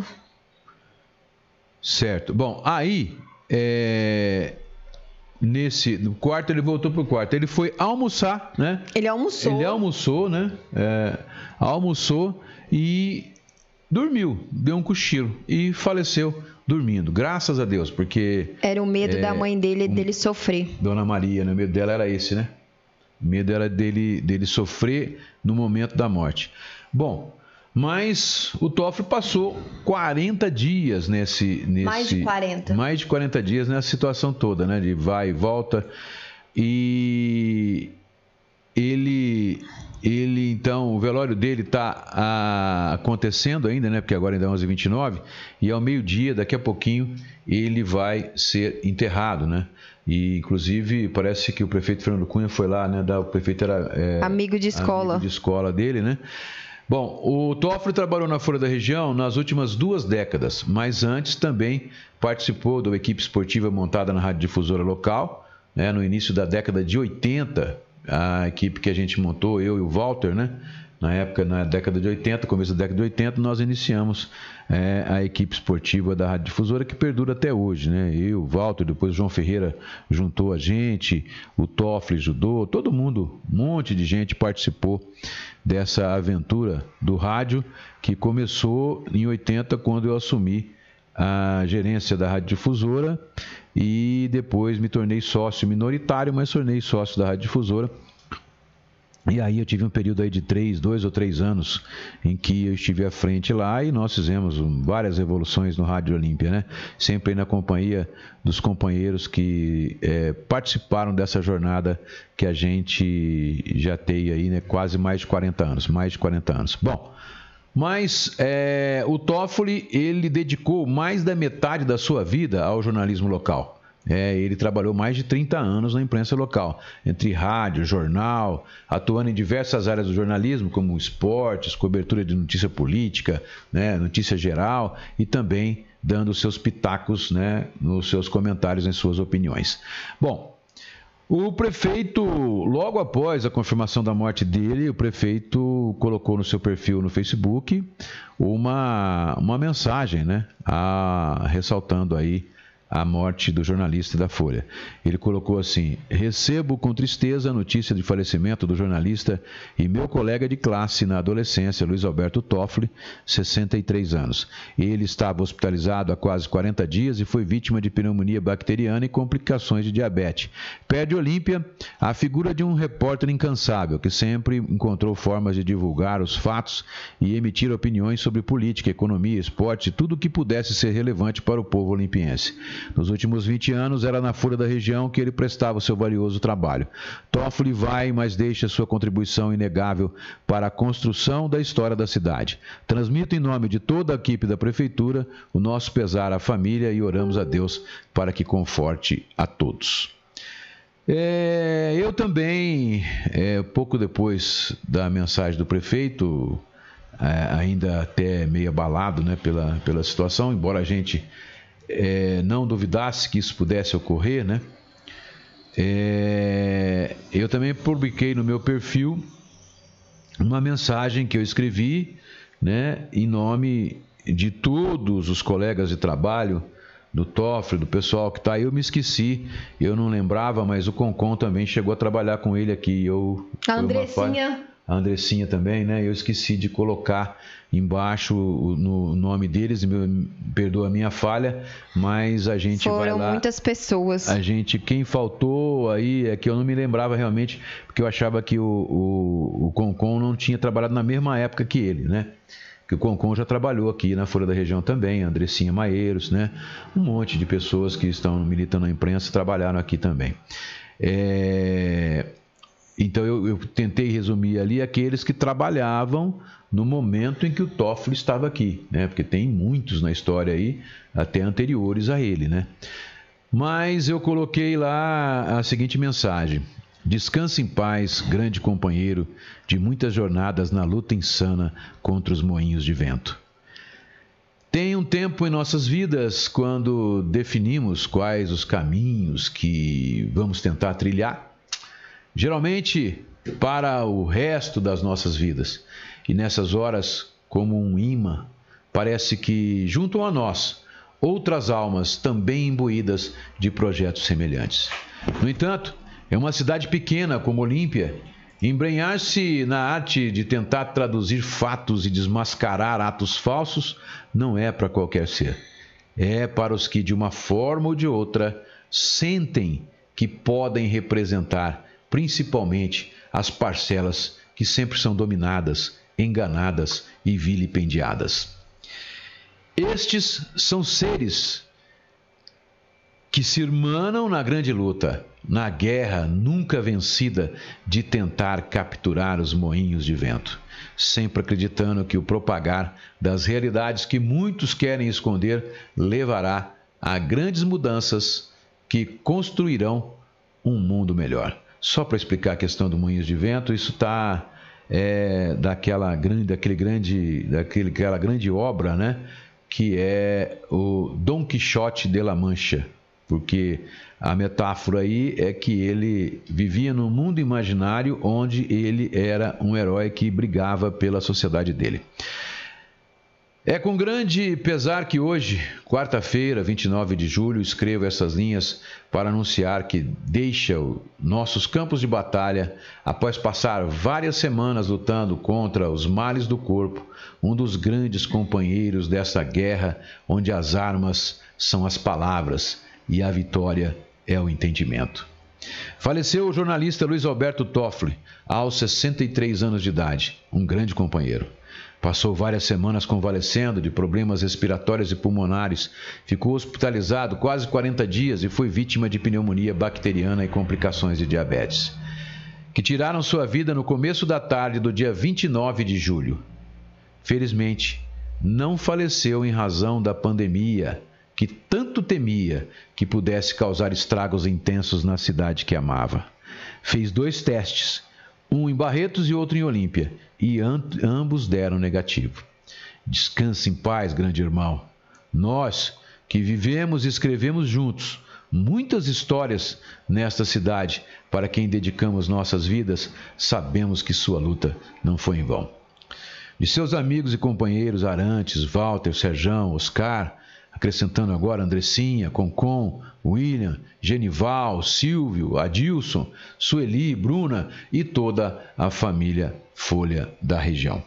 S3: Certo. Bom, aí... É... Nesse no quarto, ele voltou para o quarto. Ele foi almoçar, né?
S5: Ele almoçou.
S3: Ele almoçou, né? É... Almoçou e... dormiu, deu um cochilo e faleceu dormindo, graças a Deus, porque...
S5: Era o medo é, da mãe dele, um, dele sofrer.
S3: Dona Maria, né? O medo dela era esse, né? O medo era dele, dele sofrer no momento da morte. Bom, mas o Toffoli passou quarenta dias nesse, nesse...
S5: Mais de quarenta.
S3: Mais de quarenta dias nessa situação toda, né? De vai e volta. E ele... Ele, então, o velório dele está acontecendo ainda, né? Porque agora ainda é onze e vinte e nove, e ao meio-dia, daqui a pouquinho, ele vai ser enterrado, né? E, inclusive, parece que o prefeito Fernando Cunha foi lá, né? O prefeito era... É,
S5: amigo de escola.
S3: Amigo de escola dele, né? Bom, o Toffoli trabalhou na Folha da Região nas últimas duas décadas, mas antes também participou da equipe esportiva montada na Rádio Difusora local, né? No início da década de oitenta, a equipe que a gente montou, eu e o Walter, né? Na época, na década de oitenta, começo da década de oitenta, nós iniciamos é, a equipe esportiva da Rádio Difusora, que perdura até hoje, né? Eu, o Walter, depois o João Ferreira juntou a gente, o Toffoli ajudou, todo mundo, um monte de gente participou dessa aventura do rádio, que começou em oitenta, quando eu assumi a gerência da Rádio Difusora, e depois me tornei sócio minoritário, mas tornei sócio da Rádio Difusora. E aí eu tive um período aí de três, dois ou três anos em que eu estive à frente lá, e nós fizemos várias revoluções no Rádio Olímpia, né? Sempre na companhia dos companheiros que é, participaram dessa jornada que a gente já tem aí, né? Quase mais de quarenta anos, mais de quarenta anos. Bom, mas é, o Toffoli, ele dedicou mais da metade da sua vida ao jornalismo local. É, ele trabalhou mais de trinta anos na imprensa local, entre rádio, jornal, atuando em diversas áreas do jornalismo, como esportes, cobertura de notícia política, né, notícia geral, e também dando seus pitacos, né, nos seus comentários, em suas opiniões. Bom, o prefeito, logo após a confirmação da morte dele, o prefeito colocou no seu perfil no Facebook uma, uma mensagem, né, a, ressaltando aí a morte do jornalista da Folha. Ele colocou assim: recebo com tristeza a notícia de falecimento do jornalista e meu colega de classe na adolescência, Luiz Alberto Toffoli, sessenta e três anos. Ele estava hospitalizado há quase quarenta dias e foi vítima de pneumonia bacteriana e complicações de diabetes. Perde Olímpia a figura de um repórter incansável que sempre encontrou formas de divulgar os fatos e emitir opiniões sobre política, economia, esporte e tudo o que pudesse ser relevante para o povo olimpiense. Nos últimos vinte anos, era na Folha da Região que ele prestava o seu valioso trabalho. Toffoli vai, mas deixa sua contribuição inegável para a construção da história da cidade. Transmito em nome de toda a equipe da Prefeitura o nosso pesar à família e oramos a Deus para que conforte a todos. É, eu também, é, pouco depois da mensagem do prefeito, é, ainda até meio abalado, né, pela, pela situação, embora a gente É, não duvidasse que isso pudesse ocorrer, né? É, eu também publiquei no meu perfil uma mensagem que eu escrevi, né, em nome de todos os colegas de trabalho do Toffoli, do pessoal que está aí. Eu me esqueci, eu não lembrava, mas o Concon também chegou a trabalhar com ele aqui. Eu,
S5: a Andressinha.
S3: A Andressinha também, né? Eu esqueci de colocar embaixo no nome deles, me perdoa a minha falha, mas a gente
S5: Foram
S3: vai lá.
S5: Foram muitas pessoas.
S3: A gente, quem faltou aí é que eu não me lembrava realmente, porque eu achava que o, o, o Concon não tinha trabalhado na mesma época que ele, né? Que o Concon já trabalhou aqui na Folha da Região também, a Andressinha Maeiros, né? Um monte de pessoas que estão militando na imprensa trabalharam aqui também. É... Então eu, eu tentei resumir ali aqueles que trabalhavam no momento em que o Toffoli estava aqui, né? Porque tem muitos na história aí, até anteriores a ele, né? Mas eu coloquei lá a seguinte mensagem: descanse em paz, grande companheiro de muitas jornadas na luta insana contra os moinhos de vento. Tem um tempo em nossas vidas quando definimos quais os caminhos que vamos tentar trilhar, geralmente para o resto das nossas vidas. E nessas horas, como um imã, parece que juntam a nós outras almas também imbuídas de projetos semelhantes. No entanto, é uma cidade pequena como Olímpia. Embrenhar-se na arte de tentar traduzir fatos e desmascarar atos falsos não é para qualquer ser. É para os que, de uma forma ou de outra, sentem que podem representar principalmente as parcelas que sempre são dominadas, enganadas e vilipendiadas. Estes são seres que se irmanam na grande luta, na guerra nunca vencida de tentar capturar os moinhos de vento, sempre acreditando que o propagar das realidades que muitos querem esconder levará a grandes mudanças que construirão um mundo melhor. Só para explicar a questão do moinhos de vento, isso está é, daquela grande, daquele grande, daquele, aquela grande obra, né, que é o Dom Quixote de la Mancha, porque a metáfora aí é que ele vivia num mundo imaginário onde ele era um herói que brigava pela sociedade dele. É com grande pesar que hoje, quarta-feira, vinte e nove de julho, escrevo essas linhas para anunciar que deixa os nossos campos de batalha após passar várias semanas lutando contra os males do corpo, um dos grandes companheiros dessa guerra onde as armas são as palavras e a vitória é o entendimento. Faleceu o jornalista Luiz Alberto Toffoli, aos sessenta e três anos de idade, um grande companheiro. Passou várias semanas convalescendo de problemas respiratórios e pulmonares, ficou hospitalizado quase quarenta dias e foi vítima de pneumonia bacteriana e complicações de diabetes, que tiraram sua vida no começo da tarde do dia vinte e nove de julho. Felizmente, não faleceu em razão da pandemia, que tanto temia que pudesse causar estragos intensos na cidade que amava. Fez dois testes, um em Barretos e outro em Olímpia, e ambos deram negativo. Descanse em paz, grande irmão. Nós, que vivemos e escrevemos juntos muitas histórias nesta cidade, para quem dedicamos nossas vidas, sabemos que sua luta não foi em vão. De seus amigos e companheiros Arantes, Walter, Serjão, Oscar, acrescentando agora Andressinha, Concon, William, Genival, Silvio, Adilson, Sueli, Bruna e toda a família Folha da região.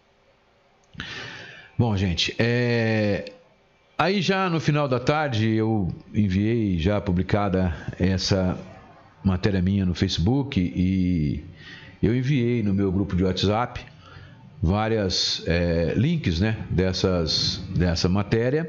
S3: Bom, gente, é... aí já no final da tarde eu enviei já publicada essa matéria minha no Facebook e eu enviei no meu grupo de WhatsApp várias é, links, né, dessas, dessa matéria.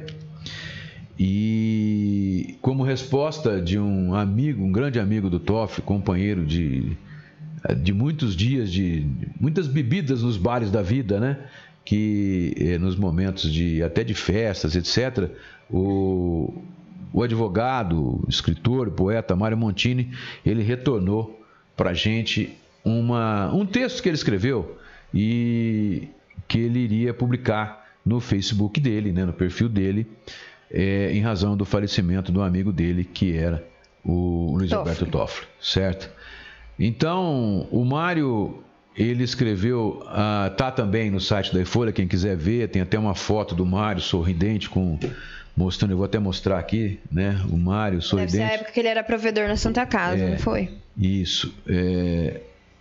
S3: E como resposta de um amigo, um grande amigo do Toffoli, companheiro de, de muitos dias, de muitas bebidas nos bares da vida, né? Que eh, nos momentos de até de festas, etcétera, o, o advogado, escritor, poeta Mário Montini, ele retornou para a gente uma, um texto que ele escreveu e que ele iria publicar no Facebook dele, né, no perfil dele, É, em razão do falecimento do amigo dele, que era o Luiz Toffoli. Alberto Toffoli, certo? Então, o Mário, ele escreveu, ah, tá também no site da Folha, quem quiser ver, tem até uma foto do Mário sorridente, com, mostrando, eu vou até mostrar aqui, né? O Mário sorridente.
S5: Deve ser a época que ele era provedor na Santa Casa,
S3: é,
S5: não foi?
S3: Isso. É,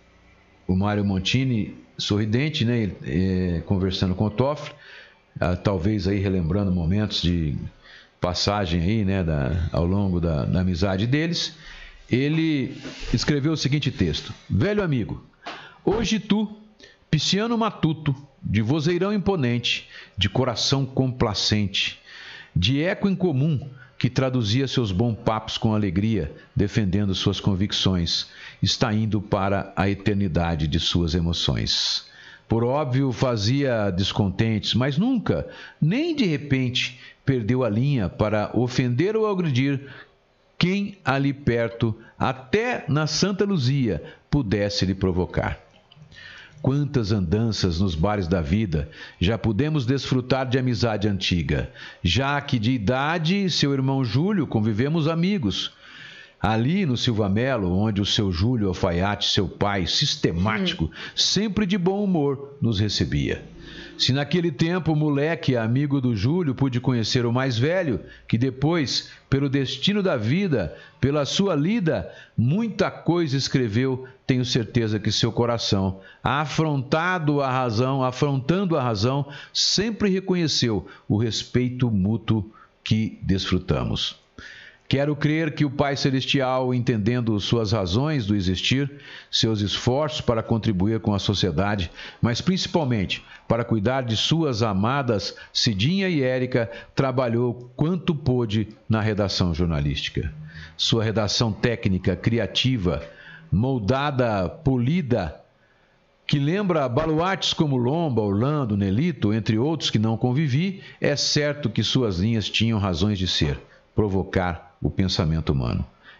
S3: o Mário Montini, sorridente, né? É, conversando com o Toffoli, ah, talvez aí relembrando momentos de passagem aí, né, da, ao longo da, da amizade deles. Ele escreveu o seguinte texto: velho amigo, hoje tu, pisciano matuto, de vozeirão imponente, de coração complacente, de eco incomum, que traduzia seus bons papos com alegria, defendendo suas convicções, está indo para a eternidade de suas emoções. Por óbvio, fazia descontentes, mas nunca, nem de repente, perdeu a linha para ofender ou agredir quem ali perto, até na Santa Luzia, pudesse lhe provocar. Quantas andanças nos bares da vida já pudemos desfrutar de amizade antiga, já que de idade seu irmão Júlio convivemos amigos. Ali no Silva Melo, onde o seu Júlio Alfaiate, seu pai, sistemático, hum. sempre de bom humor, nos recebia. Se naquele tempo o moleque, amigo do Júlio, pude conhecer o mais velho, que depois, pelo destino da vida, pela sua lida, muita coisa escreveu, tenho certeza que seu coração, afrontado a razão, afrontando a razão, sempre reconheceu o respeito mútuo que desfrutamos. Quero crer que o Pai Celestial, entendendo suas razões do existir, seus esforços para contribuir com a sociedade, mas principalmente para cuidar de suas amadas Cidinha e Érica, trabalhou quanto pôde na redação jornalística. Sua redação técnica, criativa, moldada, polida, que lembra baluartes como Lomba, Orlando, Nelito, entre outros que não convivi, é certo que suas linhas tinham razões de ser, provocar o pensamento humano.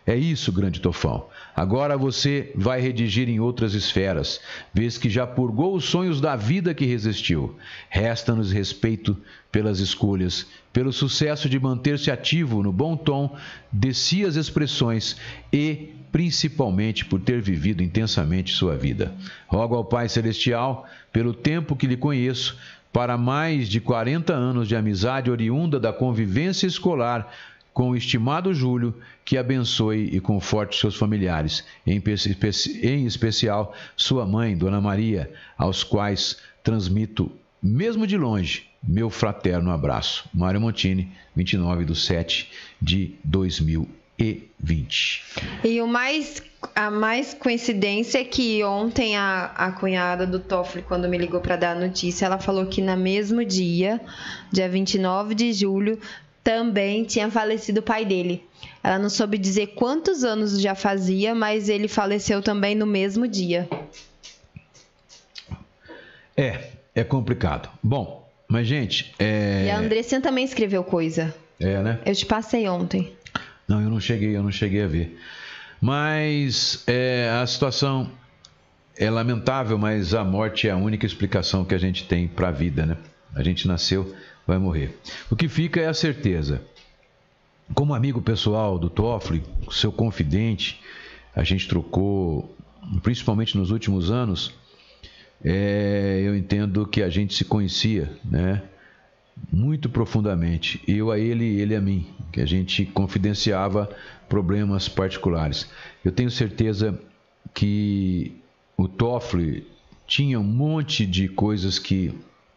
S3: É isso, grande Tofão. Agora você vai redigir em outras esferas, vez que já purgou os sonhos da vida que resistiu. Resta-nos respeito pelas escolhas, pelo sucesso de manter-se ativo no bom tom de si as expressões e, principalmente, por ter vivido intensamente sua vida. Rogo ao Pai Celestial, pelo tempo que lhe conheço, para mais de quarenta anos de amizade oriunda da convivência escolar com o estimado Júlio, que abençoe e conforte seus familiares, em, em especial sua mãe, Dona Maria, aos quais transmito, mesmo de longe, meu fraterno abraço. Mário Montini, vinte e nove de sete de dois mil e vinte.
S5: E o mais, a mais coincidência é que ontem a, a cunhada do Toffoli, quando me ligou para dar a notícia, ela falou que no mesmo dia, dia vinte e nove de julho, também tinha falecido o pai dele. Ela não soube dizer quantos anos já fazia, mas ele faleceu também no mesmo dia.
S3: É, é complicado. Bom, mas gente... É...
S5: E a Andressinha também escreveu coisa.
S3: É, né?
S5: Eu te passei ontem.
S3: Não, eu não cheguei, eu não cheguei a ver. Mas é, a situação é lamentável, mas a morte é a única explicação que a gente tem para a vida, né? A gente nasceu, vai morrer. O que fica é a certeza. Como amigo pessoal do Toffoli, seu confidente, a gente trocou, principalmente nos últimos anos, é, eu entendo que a gente se conhecia, né? Muito profundamente, eu a ele, ele a mim, que a gente confidenciava problemas particulares. Eu tenho certeza que o Toffoli tinha um monte de coisas que,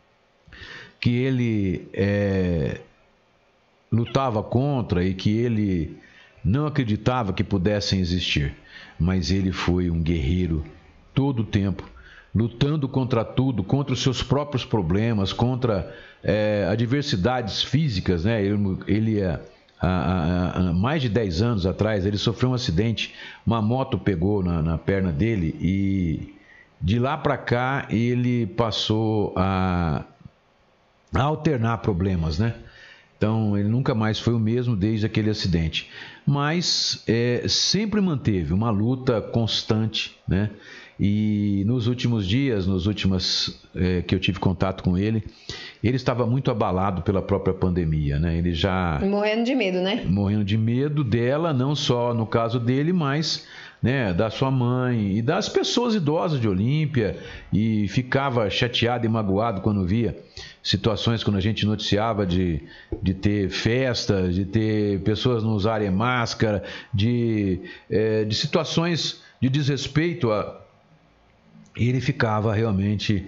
S3: que ele é, lutava contra e que ele não acreditava que pudessem existir, mas ele foi um guerreiro todo o tempo, lutando contra tudo, contra os seus próprios problemas, contra é, adversidades físicas, né? Ele, ele há, há, há mais de dez anos atrás, ele sofreu um acidente, uma moto pegou na, na perna dele e de lá para cá ele passou a, a alternar problemas, né? Então ele nunca mais foi o mesmo desde aquele acidente, mas é, sempre manteve uma luta constante, né? E nos últimos dias, nos últimos é, que eu tive contato com ele, ele estava muito abalado pela própria pandemia, né? Ele já...
S5: Morrendo de medo, né?
S3: Morrendo de medo dela, não só no caso dele, mas, né, da sua mãe e das pessoas idosas de Olímpia, e ficava chateado e magoado quando via situações, quando a gente noticiava de, de ter festas, de ter pessoas não usarem máscara, de, é, de situações de desrespeito a... E ele ficava realmente,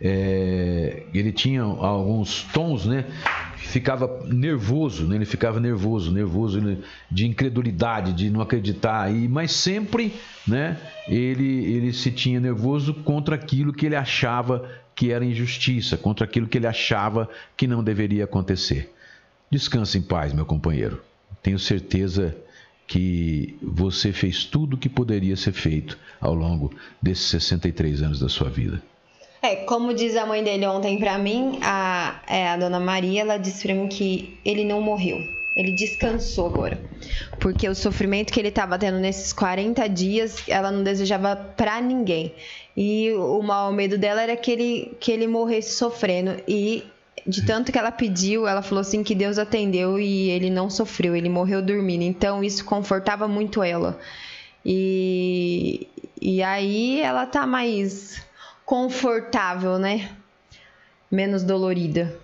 S3: é, ele tinha alguns tons, né? Ficava nervoso, né? Ele ficava nervoso, nervoso de incredulidade, de não acreditar. E, mas sempre, né? Ele, ele se tinha nervoso contra aquilo que ele achava que era injustiça, contra aquilo que ele achava que não deveria acontecer. Descanse em paz, meu companheiro. Tenho certeza que você fez tudo o que poderia ser feito ao longo desses sessenta e três anos da sua vida.
S5: É, como diz a mãe dele ontem pra mim, a, é, a Dona Maria, ela disse pra mim que ele não morreu, ele descansou agora. Porque o sofrimento que ele estava tendo nesses quarenta dias, ela não desejava pra ninguém. E o maior medo dela era que ele, que ele morresse sofrendo. E de tanto que ela pediu, ela falou assim que Deus atendeu e ele não sofreu, ele morreu dormindo. Então isso confortava muito ela. E, e aí ela tá mais confortável, né? Menos dolorida.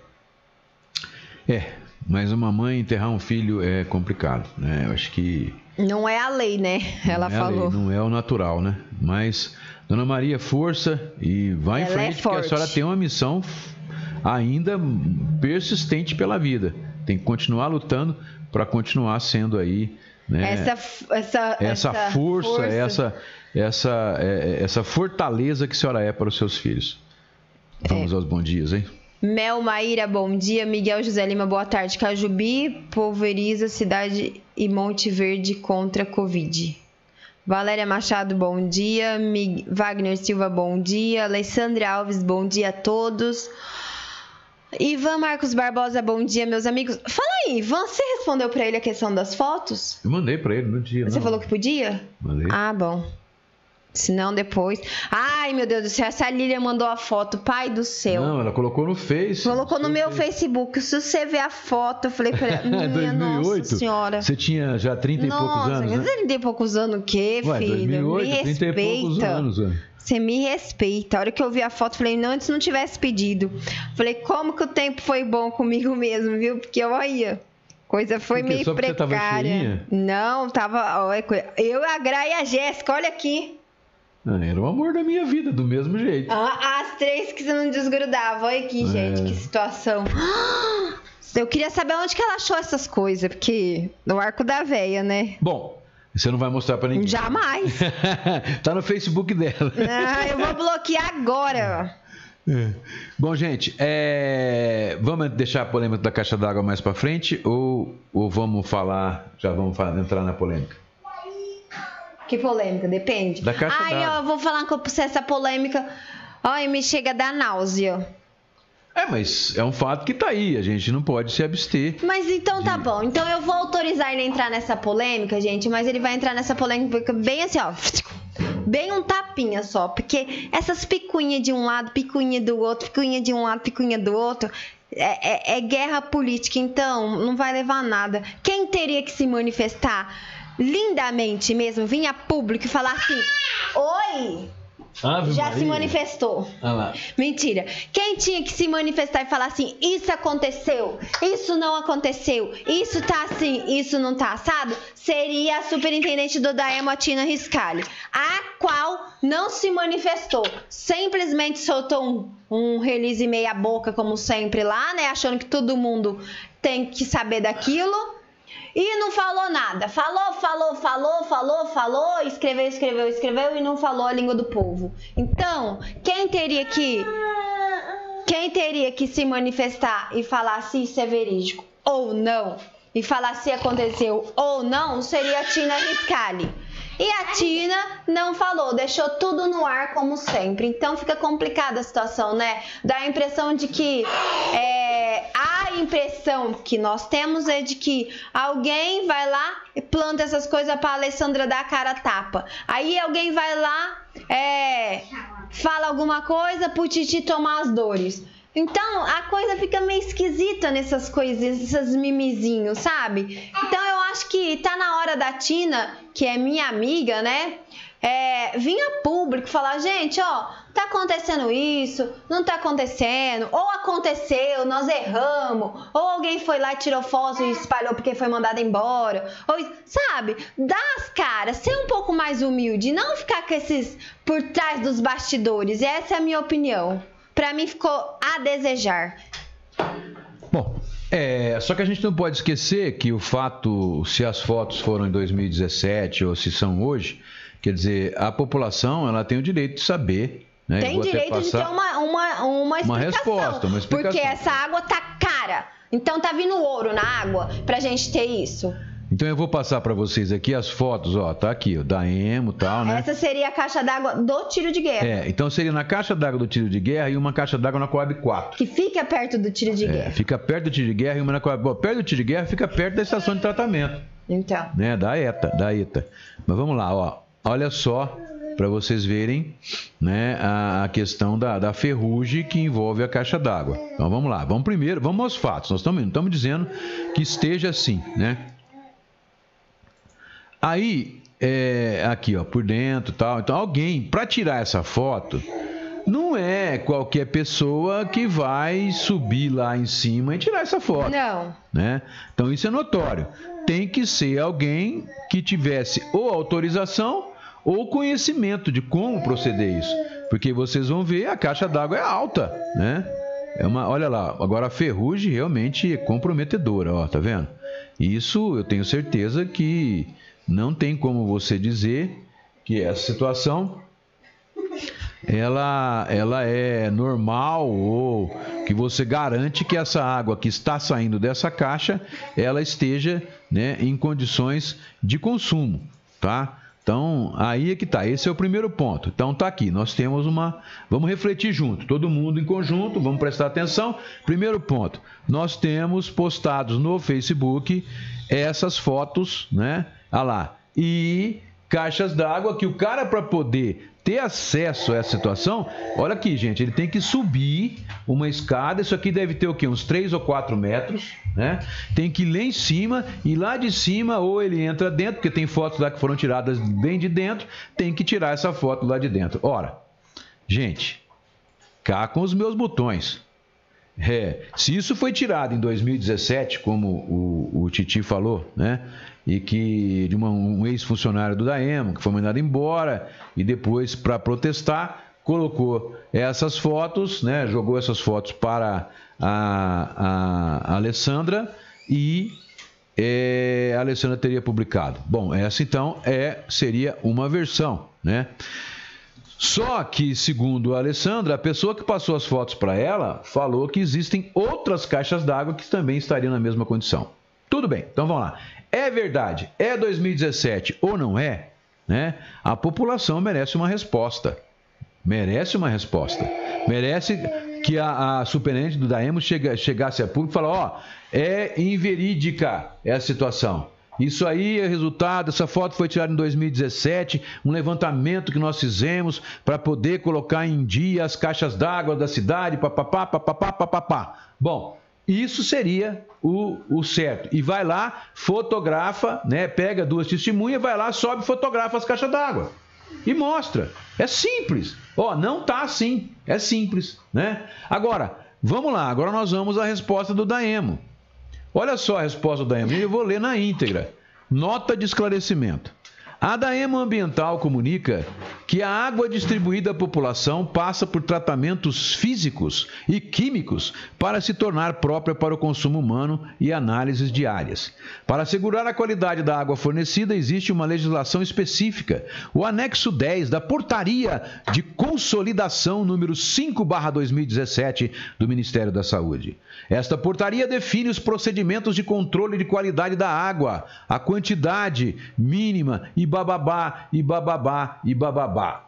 S3: É, mas uma mãe enterrar um filho é complicado, né? Eu acho que...
S5: Não é a lei, né? Ela
S3: não é
S5: falou.
S3: Lei, não é o natural, né? Mas, Dona Maria, força e vai em
S5: ela
S3: frente,
S5: é
S3: porque a senhora tem uma missão ainda persistente pela vida. Tem que continuar lutando para continuar sendo aí, né?
S5: Essa, essa,
S3: essa,
S5: essa
S3: força,
S5: força,
S3: essa, essa, essa fortaleza que a senhora é para os seus filhos. Vamos é. aos bons dias, hein?
S5: Mel Maíra, bom dia. Miguel José Lima, boa tarde. Cajubi pulveriza cidade e Monte Verde contra Covid. Valéria Machado, bom dia. Mig... Wagner Silva, bom dia. Alessandra Alves, bom dia a todos. Ivan Marcos Barbosa, bom dia, meus amigos. Fala Hein, você respondeu pra ele a questão das fotos?
S3: Eu mandei pra ele no dia.
S5: Você
S3: não.
S5: falou que podia?
S3: Mandei.
S5: Ah, bom. Se não, depois... Ai, meu Deus do céu, essa Lília mandou a foto, pai do céu.
S3: Não, ela colocou no Face.
S5: Colocou no meu Facebook. Se você ver a foto, eu falei pra ela, minha
S3: dois mil e oito?
S5: Nossa senhora.
S3: Você tinha já trinta e poucos anos,
S5: Nossa,
S3: né?
S5: trinta e poucos anos o quê,
S3: Ué,
S5: filho?
S3: dois mil e oito,
S5: me
S3: trinta
S5: respeita.
S3: e poucos anos, ué.
S5: Você me respeita. A hora que eu vi a foto, falei, não, antes não tivesse pedido. Falei, como que o tempo foi bom comigo mesmo, viu? Porque, olha, coisa foi
S3: Porque
S5: meio
S3: só porque você tava
S5: precária.
S3: cheinha?
S5: Não, tava... Olha, eu, a Gra e a Jéssica, olha aqui.
S3: Ah, era o amor da minha vida, do mesmo jeito.
S5: Ah, as três que você não desgrudava. Olha aqui, gente,
S3: É.
S5: que situação. Eu queria saber onde que ela achou essas coisas, porque no arco da véia, né?
S3: Bom, você não vai mostrar pra ninguém.
S5: Jamais.
S3: Tá no Facebook dela.
S5: Ah, eu vou bloquear agora.
S3: É. Bom, gente, é... vamos deixar a polêmica da caixa d'água mais pra frente ou, ou vamos falar, já vamos falar, entrar na polêmica?
S5: Que polêmica, depende.
S3: Da caixa
S5: Ai,
S3: d'água.
S5: ó, eu vou falar que eu pus essa polêmica. Ai, me chega a dar náusea.
S3: É, mas é um fato que tá aí, a gente não pode se abster.
S5: Mas então tá bom. Então eu vou autorizar ele a entrar nessa polêmica, gente. Mas ele vai entrar nessa polêmica bem assim, ó. Bem um tapinha só. Porque essas picuinhas de um lado, picuinha do outro, picuinha de um lado, picuinha do outro. É, é, é guerra política, então não vai levar a nada. Quem teria que se manifestar lindamente mesmo, vir a público e falar assim: oi!
S3: Ave
S5: Já
S3: Maria.
S5: se manifestou.
S3: Ah lá.
S5: Mentira. Quem tinha que se manifestar e falar assim: isso aconteceu, isso não aconteceu, isso tá assim, isso não tá assado, seria a superintendente do Daemo, a Tina Riscali, a qual não se manifestou. Simplesmente soltou um, um release meia boca, como sempre lá, né? Achando que todo mundo tem que saber daquilo. E não falou nada. Falou, falou, falou, falou, falou, escreveu, escreveu, escreveu e não falou a língua do povo. Então, quem teria que quem teria que se manifestar e falar se isso é verídico ou não, e falar se aconteceu ou não, seria a Tina Riscali. E a Tina não falou, deixou tudo no ar como sempre. Então fica complicada a situação, né? Dá a impressão de que é, a impressão que nós temos é de que alguém vai lá e planta essas coisas pra Alessandra dar a cara a tapa. Aí alguém vai lá, é, fala alguma coisa pro Titi tomar as dores. Então, a coisa fica meio esquisita nessas coisas, esses mimizinhos, sabe? Então, eu acho que tá na hora da Tina, que é minha amiga, né? É, vir a público falar, gente, ó, tá acontecendo isso, não tá acontecendo, ou aconteceu, nós erramos, ou alguém foi lá e tirou foto e espalhou porque foi mandado embora, ou, sabe? Dá as caras, ser um pouco mais humilde, não ficar com esses por trás dos bastidores. Essa é a minha opinião. Pra mim ficou a desejar.
S3: Bom, é, só que a gente não pode esquecer que o fato, se as fotos foram em dois mil e dezessete ou se são hoje, quer dizer, a população ela tem o direito de saber. Né?
S5: Tem direito de ter uma, uma, uma explicação.
S3: Uma resposta, uma explicação.
S5: Porque essa água tá cara. Então tá vindo ouro na água pra gente ter isso.
S3: Então eu vou passar para vocês aqui as fotos, ó, tá aqui, ó, da Emo e tal, né?
S5: Essa seria a caixa d'água do tiro de guerra.
S3: É, então seria na caixa d'água do tiro de guerra e uma caixa d'água na Coab quatro.
S5: Que fica perto do tiro de
S3: É,
S5: guerra.
S3: fica perto do tiro de guerra e uma na Coab. Bom, perto do tiro de guerra fica perto da estação de tratamento,
S5: Então.
S3: né? Da ETA, da ETA. Mas vamos lá, ó. Olha só, para vocês verem, né, a, a questão da, da ferrugem que envolve a caixa d'água. Então vamos lá, vamos primeiro, vamos aos fatos. Nós estamos, estamos dizendo que esteja assim, né? Aí, é, aqui, ó, por dentro e tal. Então, alguém, para tirar essa foto, não é qualquer pessoa que vai subir lá em cima e tirar essa foto.
S5: Não.
S3: Né? Então, isso é notório. Tem que ser alguém que tivesse ou autorização ou conhecimento de como proceder isso. Porque vocês vão ver, a caixa d'água é alta, né? É uma, olha lá, agora a ferrugem realmente é comprometedora, ó, tá vendo? Isso eu tenho certeza que não tem como você dizer que essa situação ela, ela é normal ou que você garante que essa água que está saindo dessa caixa ela esteja, né, em condições de consumo, tá? Então, aí é que tá. Esse é o primeiro ponto. Então, tá aqui. Nós temos uma... Vamos refletir junto. Todo mundo em conjunto. Vamos prestar atenção. Primeiro ponto. Nós temos postados no Facebook essas fotos, né? Olha lá. E caixas d'água que o cara, para poder ter acesso a essa situação... Olha aqui, gente. Ele tem que subir uma escada. Isso aqui deve ter o quê? Uns três ou quatro metros, né? Tem que ir lá em cima, e lá de cima ou ele entra dentro, porque tem fotos lá que foram tiradas bem de dentro, tem que tirar essa foto lá de dentro. Ora, gente, cá com os meus botões. É, se isso foi tirado em dois mil e dezessete, como o, o Titi falou, né? E que de uma, um ex-funcionário do DAEMO, que foi mandado embora e depois, para protestar, colocou essas fotos, né? Jogou essas fotos para a, a, a Alessandra e é, a Alessandra teria publicado. Bom, essa então é, seria uma versão, né? Só que, segundo a Alessandra, a pessoa que passou as fotos para ela falou que existem outras caixas d'água que também estariam na mesma condição. Tudo bem, então vamos lá. É verdade? É dois mil e dezessete ou não é? Né? A população merece uma resposta. Merece uma resposta. Merece que a, a superintendente do DAEMO chega, chegasse a público e falasse, ó, é inverídica essa situação. Isso aí é resultado, essa foto foi tirada em dois mil e dezessete, um levantamento que nós fizemos para poder colocar em dia as caixas d'água da cidade, papapá, papapá, papapá. Bom, isso seria o, o certo. E vai lá, fotografa, né, pega duas testemunhas, vai lá, sobe e fotografa as caixas d'água. E mostra. É simples. Ó, não tá assim. É simples, né? Agora, vamos lá. Agora nós vamos à resposta do DAEMO. Olha só a resposta do DAEMO. Eu vou ler na íntegra. Nota de esclarecimento. A DAEMO Ambiental comunica que a água distribuída à população passa por tratamentos físicos e químicos para se tornar própria para o consumo humano e análises diárias. Para assegurar a qualidade da água fornecida, existe uma legislação específica, o anexo dez da Portaria de Consolidação número cinco barra dois mil e dezessete do Ministério da Saúde. Esta portaria define os procedimentos de controle de qualidade da água, a quantidade mínima e bababá, e bababá, e bababá.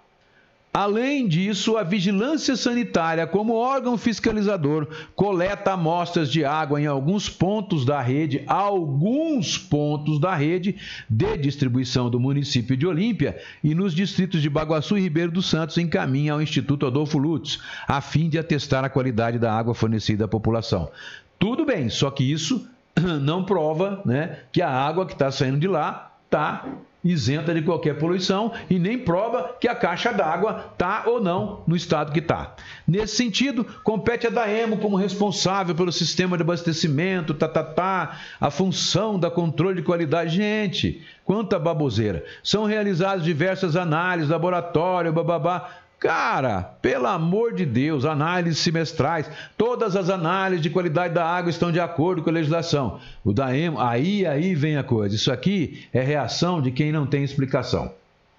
S3: Além disso, a vigilância sanitária, como órgão fiscalizador, coleta amostras de água em alguns pontos da rede, alguns pontos da rede de distribuição do município de Olímpia e nos distritos de Baguaçu e Ribeiro dos Santos, encaminha ao Instituto Adolfo Lutz, a fim de atestar a qualidade da água fornecida à população. Tudo bem, só que isso não prova, né, que a água que está saindo de lá está isenta de qualquer poluição e nem prova que a caixa d'água está ou não no estado que está. Nesse sentido, compete a DAEMO como responsável pelo sistema de abastecimento, tá, tá, tá, a função da controle de qualidade. Gente, quanta baboseira. São realizadas diversas análises, laboratório, bababá. Cara, pelo amor de Deus, análises semestrais, todas as análises de qualidade da água estão de acordo com a legislação. O DAEMO, aí, aí vem a coisa. Isso aqui é reação de quem não tem explicação.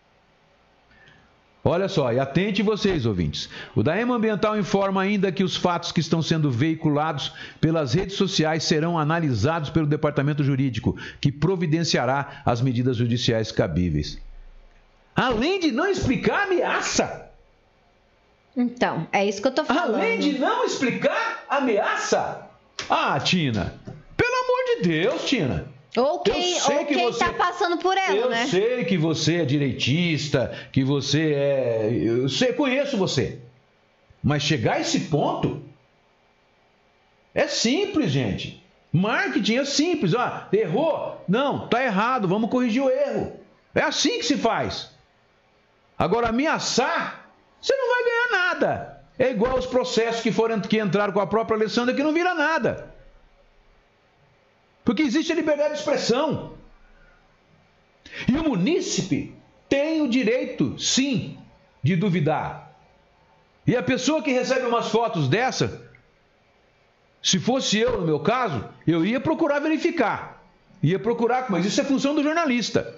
S3: Olha só, e atente vocês, ouvintes. O DAEMO Ambiental informa ainda que os fatos que estão sendo veiculados pelas redes sociais serão analisados pelo Departamento Jurídico, que providenciará as medidas judiciais cabíveis. Além de não explicar a ameaça.
S5: Então, é isso que eu tô falando.
S3: Além de não explicar a ameaça? Ah, Tina, pelo amor de Deus, Tina.
S5: Ou quem, ou
S3: que
S5: quem
S3: você,
S5: tá passando por ela,
S3: eu
S5: né?
S3: Eu sei que você é direitista, que você é... Eu sei, conheço você. Mas chegar a esse ponto... É simples, gente. Marketing é simples. Ah, errou? Não, tá errado, vamos corrigir o erro. É assim que se faz. Agora, ameaçar... Você não vai ganhar nada. É igual os processos que, foram, que entraram com a própria Alessandra, que não vira nada. Porque existe a liberdade de expressão. E o munícipe tem o direito, sim, de duvidar. E a pessoa que recebe umas fotos dessa, se fosse eu, no meu caso, eu ia procurar verificar. Ia procurar, mas isso é função do jornalista.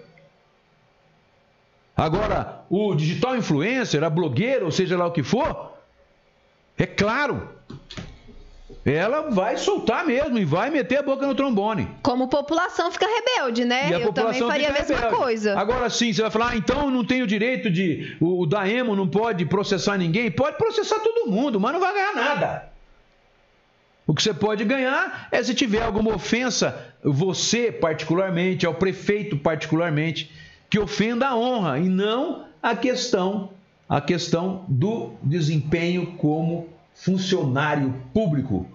S3: Agora, o digital influencer, a blogueira, ou seja lá o que for, é claro ela vai soltar mesmo e vai meter a boca no trombone.
S5: Como população fica rebelde, né?
S3: E a
S5: Eu também faria a mesma
S3: rebelde.
S5: coisa.
S3: Agora sim, você vai falar, ah, então não tem o direito de... O, o Daemo não pode processar ninguém? Pode processar todo mundo, mas não vai ganhar nada. O que você pode ganhar é se tiver alguma ofensa, você particularmente, ao prefeito particularmente, que ofenda a honra e não a questão, a questão do desempenho como funcionário público,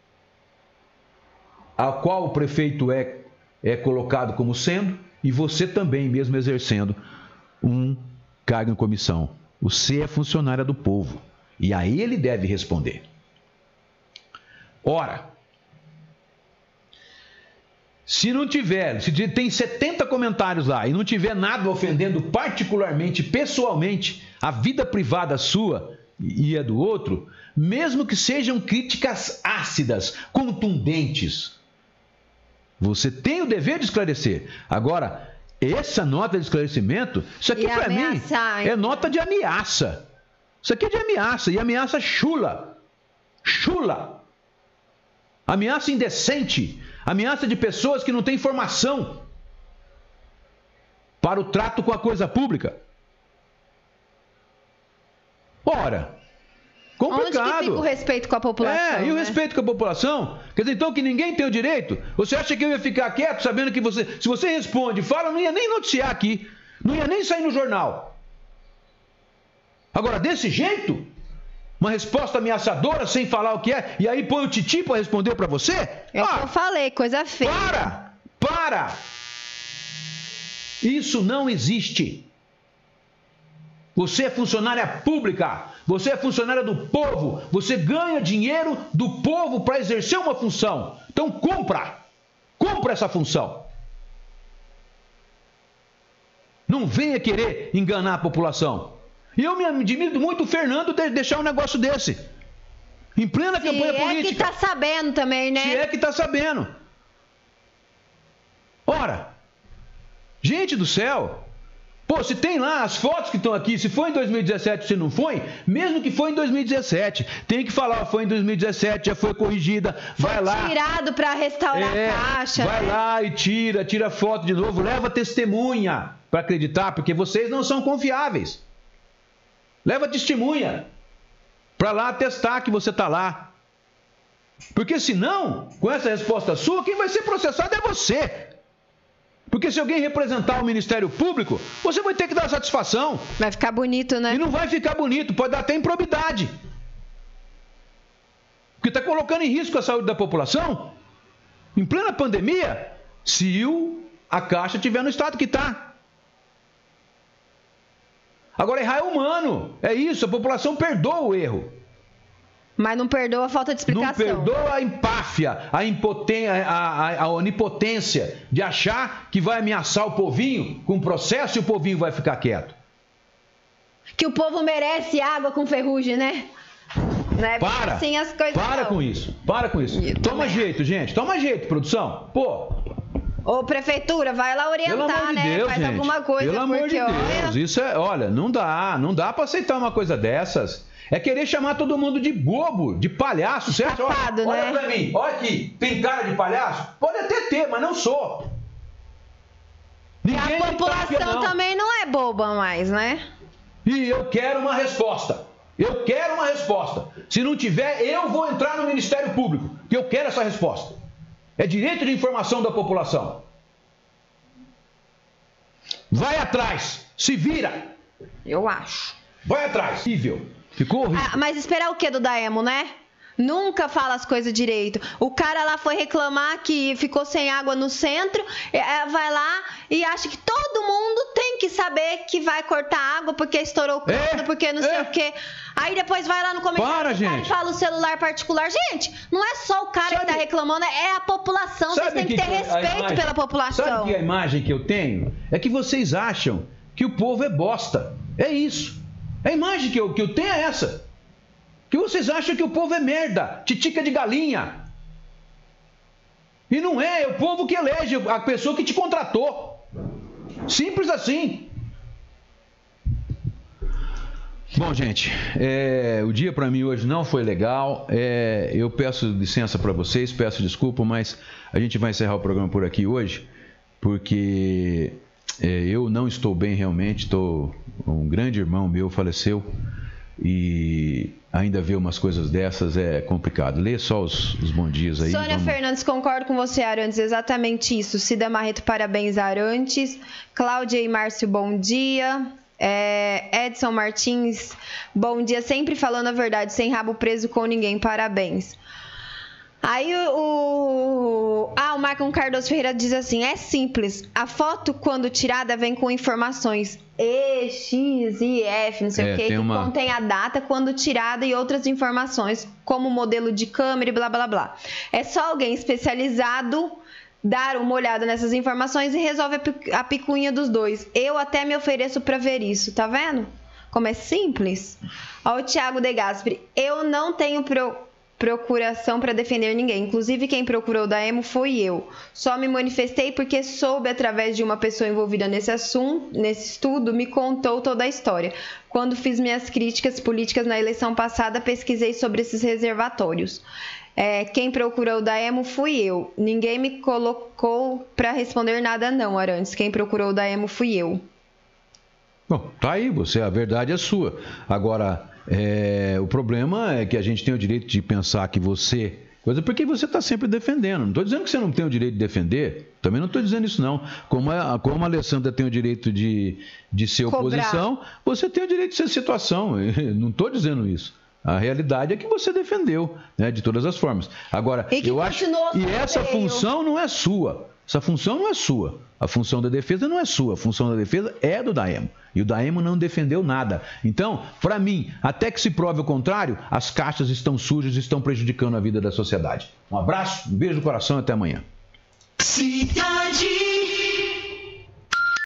S3: ao qual o prefeito é, é colocado como sendo, e você também, mesmo exercendo um cargo em comissão. Você é funcionária do povo, e a ele deve responder. Ora, se não tiver, se tem setenta comentários lá, e não tiver nada ofendendo particularmente, pessoalmente, a vida privada sua e a do outro, mesmo que sejam críticas ácidas, contundentes, você tem o dever de esclarecer. Agora, essa nota de esclarecimento, isso aqui para mim é nota de ameaça. Isso aqui é de ameaça, e ameaça chula. Chula. Ameaça indecente. Ameaça de pessoas que não têm formação para o trato com a coisa pública. Ora, complicado.
S5: Onde que fica o respeito com a população?
S3: É, e o né? respeito com a população? Quer dizer, então, que ninguém tem o direito? Você acha que eu ia ficar quieto sabendo que você... Se você responde, fala, não ia nem noticiar aqui. Não ia nem sair no jornal. Agora, desse jeito, uma resposta ameaçadora, sem falar o que é, e aí põe o titi para responder para você?
S5: É o que eu falei, coisa feia.
S3: Para! Para! Isso não existe. Você é funcionária pública, você é funcionária do povo, você ganha dinheiro do povo para exercer uma função. Então cumpra, cumpra essa função. Não venha querer enganar a população. E eu me admiro muito o Fernando de deixar um negócio desse. Em plena
S5: Se
S3: campanha
S5: é
S3: política.
S5: Se é que tá sabendo também, né?
S3: Se é que tá sabendo. Ora, gente do céu... Pô, se tem lá as fotos que estão aqui, se foi em dois mil e dezessete, se não foi, mesmo que foi em dois mil e dezessete, tem que falar, foi em dois mil e dezessete, já foi corrigida, vai
S5: foi
S3: lá.
S5: tirado para restaurar
S3: é,
S5: a caixa.
S3: Vai
S5: né?
S3: lá e tira, tira foto de novo, leva testemunha para acreditar, porque vocês não são confiáveis. Leva testemunha para lá atestar que você está lá. Porque senão, com essa resposta sua, quem vai ser processado é você. Porque se alguém representar o Ministério Público, você vai ter que dar satisfação.
S5: Vai ficar bonito, né?
S3: E não vai ficar bonito, pode dar até improbidade. Porque está colocando em risco a saúde da população. Em plena pandemia, se o, a Caixa estiver no estado que está. Agora, errar é humano. É isso, a população perdoa o erro.
S5: Mas não perdoa a falta de explicação.
S3: Não perdoa a empáfia, a, impotência, a, a, a onipotência de achar que vai ameaçar o povinho com processo e o povinho vai ficar quieto.
S5: Que o povo merece água com ferrugem, né? Não é
S3: para,
S5: assim as coisas
S3: para
S5: não.
S3: com isso, para com isso.
S5: Eu
S3: Toma
S5: também.
S3: jeito, gente, toma jeito, produção. Pô.
S5: Ô, prefeitura, vai lá orientar,
S3: Pelo amor de
S5: né?
S3: Deus,
S5: Faz
S3: gente.
S5: alguma coisa,
S3: Pelo amor
S5: porque,
S3: de Deus,
S5: olha...
S3: isso é, olha, não dá, não dá para aceitar uma coisa dessas. É querer chamar todo mundo de bobo, de palhaço, certo?
S5: Safado,
S3: olha,
S5: né?
S3: olha pra mim, olha aqui, tem cara de palhaço? Pode até ter, mas não sou. Ninguém
S5: a população
S3: tá, não.
S5: também não é boba mais, né?
S3: E eu quero uma resposta. Eu quero uma resposta. Se não tiver, eu vou entrar no Ministério Público, que eu quero essa resposta. É direito de informação da população. Vai atrás, se vira.
S5: Eu acho.
S3: Vai atrás. Horrível. Ficou horrível.
S5: Ah, mas esperar o que do Daemo, né? Nunca fala as coisas direito. O cara lá foi reclamar que ficou sem água no centro, vai lá e acha que todo mundo tem que saber que vai cortar água porque estourou o cano,
S3: é,
S5: porque não
S3: é.
S5: sei o quê. Aí depois vai lá no comentário
S3: Para, gente.
S5: e fala o celular particular. Gente, não é só o cara
S3: Sabe,
S5: que tá reclamando, é a população. Vocês têm que, que ter que respeito imagem, pela população.
S3: Sabe que a imagem que eu tenho é que vocês acham que o povo é bosta. É isso. A imagem que eu, que eu tenho é essa. Que vocês acham que o povo é merda, titica de galinha. E não é, é o povo que elege a pessoa que te contratou. Simples assim. Bom, gente, é, o dia para mim hoje não foi legal. É, eu peço licença para vocês, peço desculpa, mas a gente vai encerrar o programa por aqui hoje, porque é, eu não estou bem realmente. Tô, um grande irmão meu faleceu e ainda ver umas coisas dessas é complicado. Lê só os, os bons dias aí.
S5: Sônia
S3: vamos...
S5: Fernandes, concordo com você, Arantes, exatamente isso. Cida Marreto, parabéns, Arantes. Cláudia e Márcio, bom dia. É, Edson Martins, bom dia, sempre falando a verdade, sem rabo preso com ninguém, parabéns. Aí o... Ah, o Marcon Cardoso Ferreira diz assim, é simples, a foto quando tirada vem com informações E, X, I, F, não sei
S3: é,
S5: o que, que
S3: uma...
S5: contém a data quando tirada e outras informações, como modelo de câmera e blá blá blá. É só alguém especializado dar uma olhada nessas informações e resolve a picuinha dos dois. Eu até me ofereço para ver isso, tá vendo? Como é simples. Ó, o Thiago De Gasperi, eu não tenho pro... procuração para defender ninguém. Inclusive, quem procurou o Daemo foi eu. Só me manifestei porque soube, através de uma pessoa envolvida nesse assunto, nesse estudo, me contou toda a história. Quando fiz minhas críticas políticas na eleição passada, pesquisei sobre esses reservatórios. É, quem procurou o Daemo fui eu. Ninguém me colocou para responder nada não, Arantes. Quem procurou o Daemo fui eu.
S3: Bom, tá aí, você, a verdade é sua. Agora, é, o problema é que a gente tem o direito de pensar que você... Coisa porque você está sempre defendendo. Não estou dizendo que você não tem o direito de defender. Também não estou dizendo isso, não. Como a, como a Alessandra tem o direito de, de ser oposição, Cobrar. Você tem o direito de ser situação. Não estou dizendo isso. A realidade é que você defendeu, né, de todas as formas. Agora, eu acho e essa função não é sua. Essa função não é sua. A função da defesa não é sua. A função da defesa é do Daemo. E o Daemo não defendeu nada. Então, para mim, até que se prove o contrário, as caixas estão sujas e estão prejudicando a vida da sociedade. Um abraço, um beijo no coração e até amanhã. Cidade.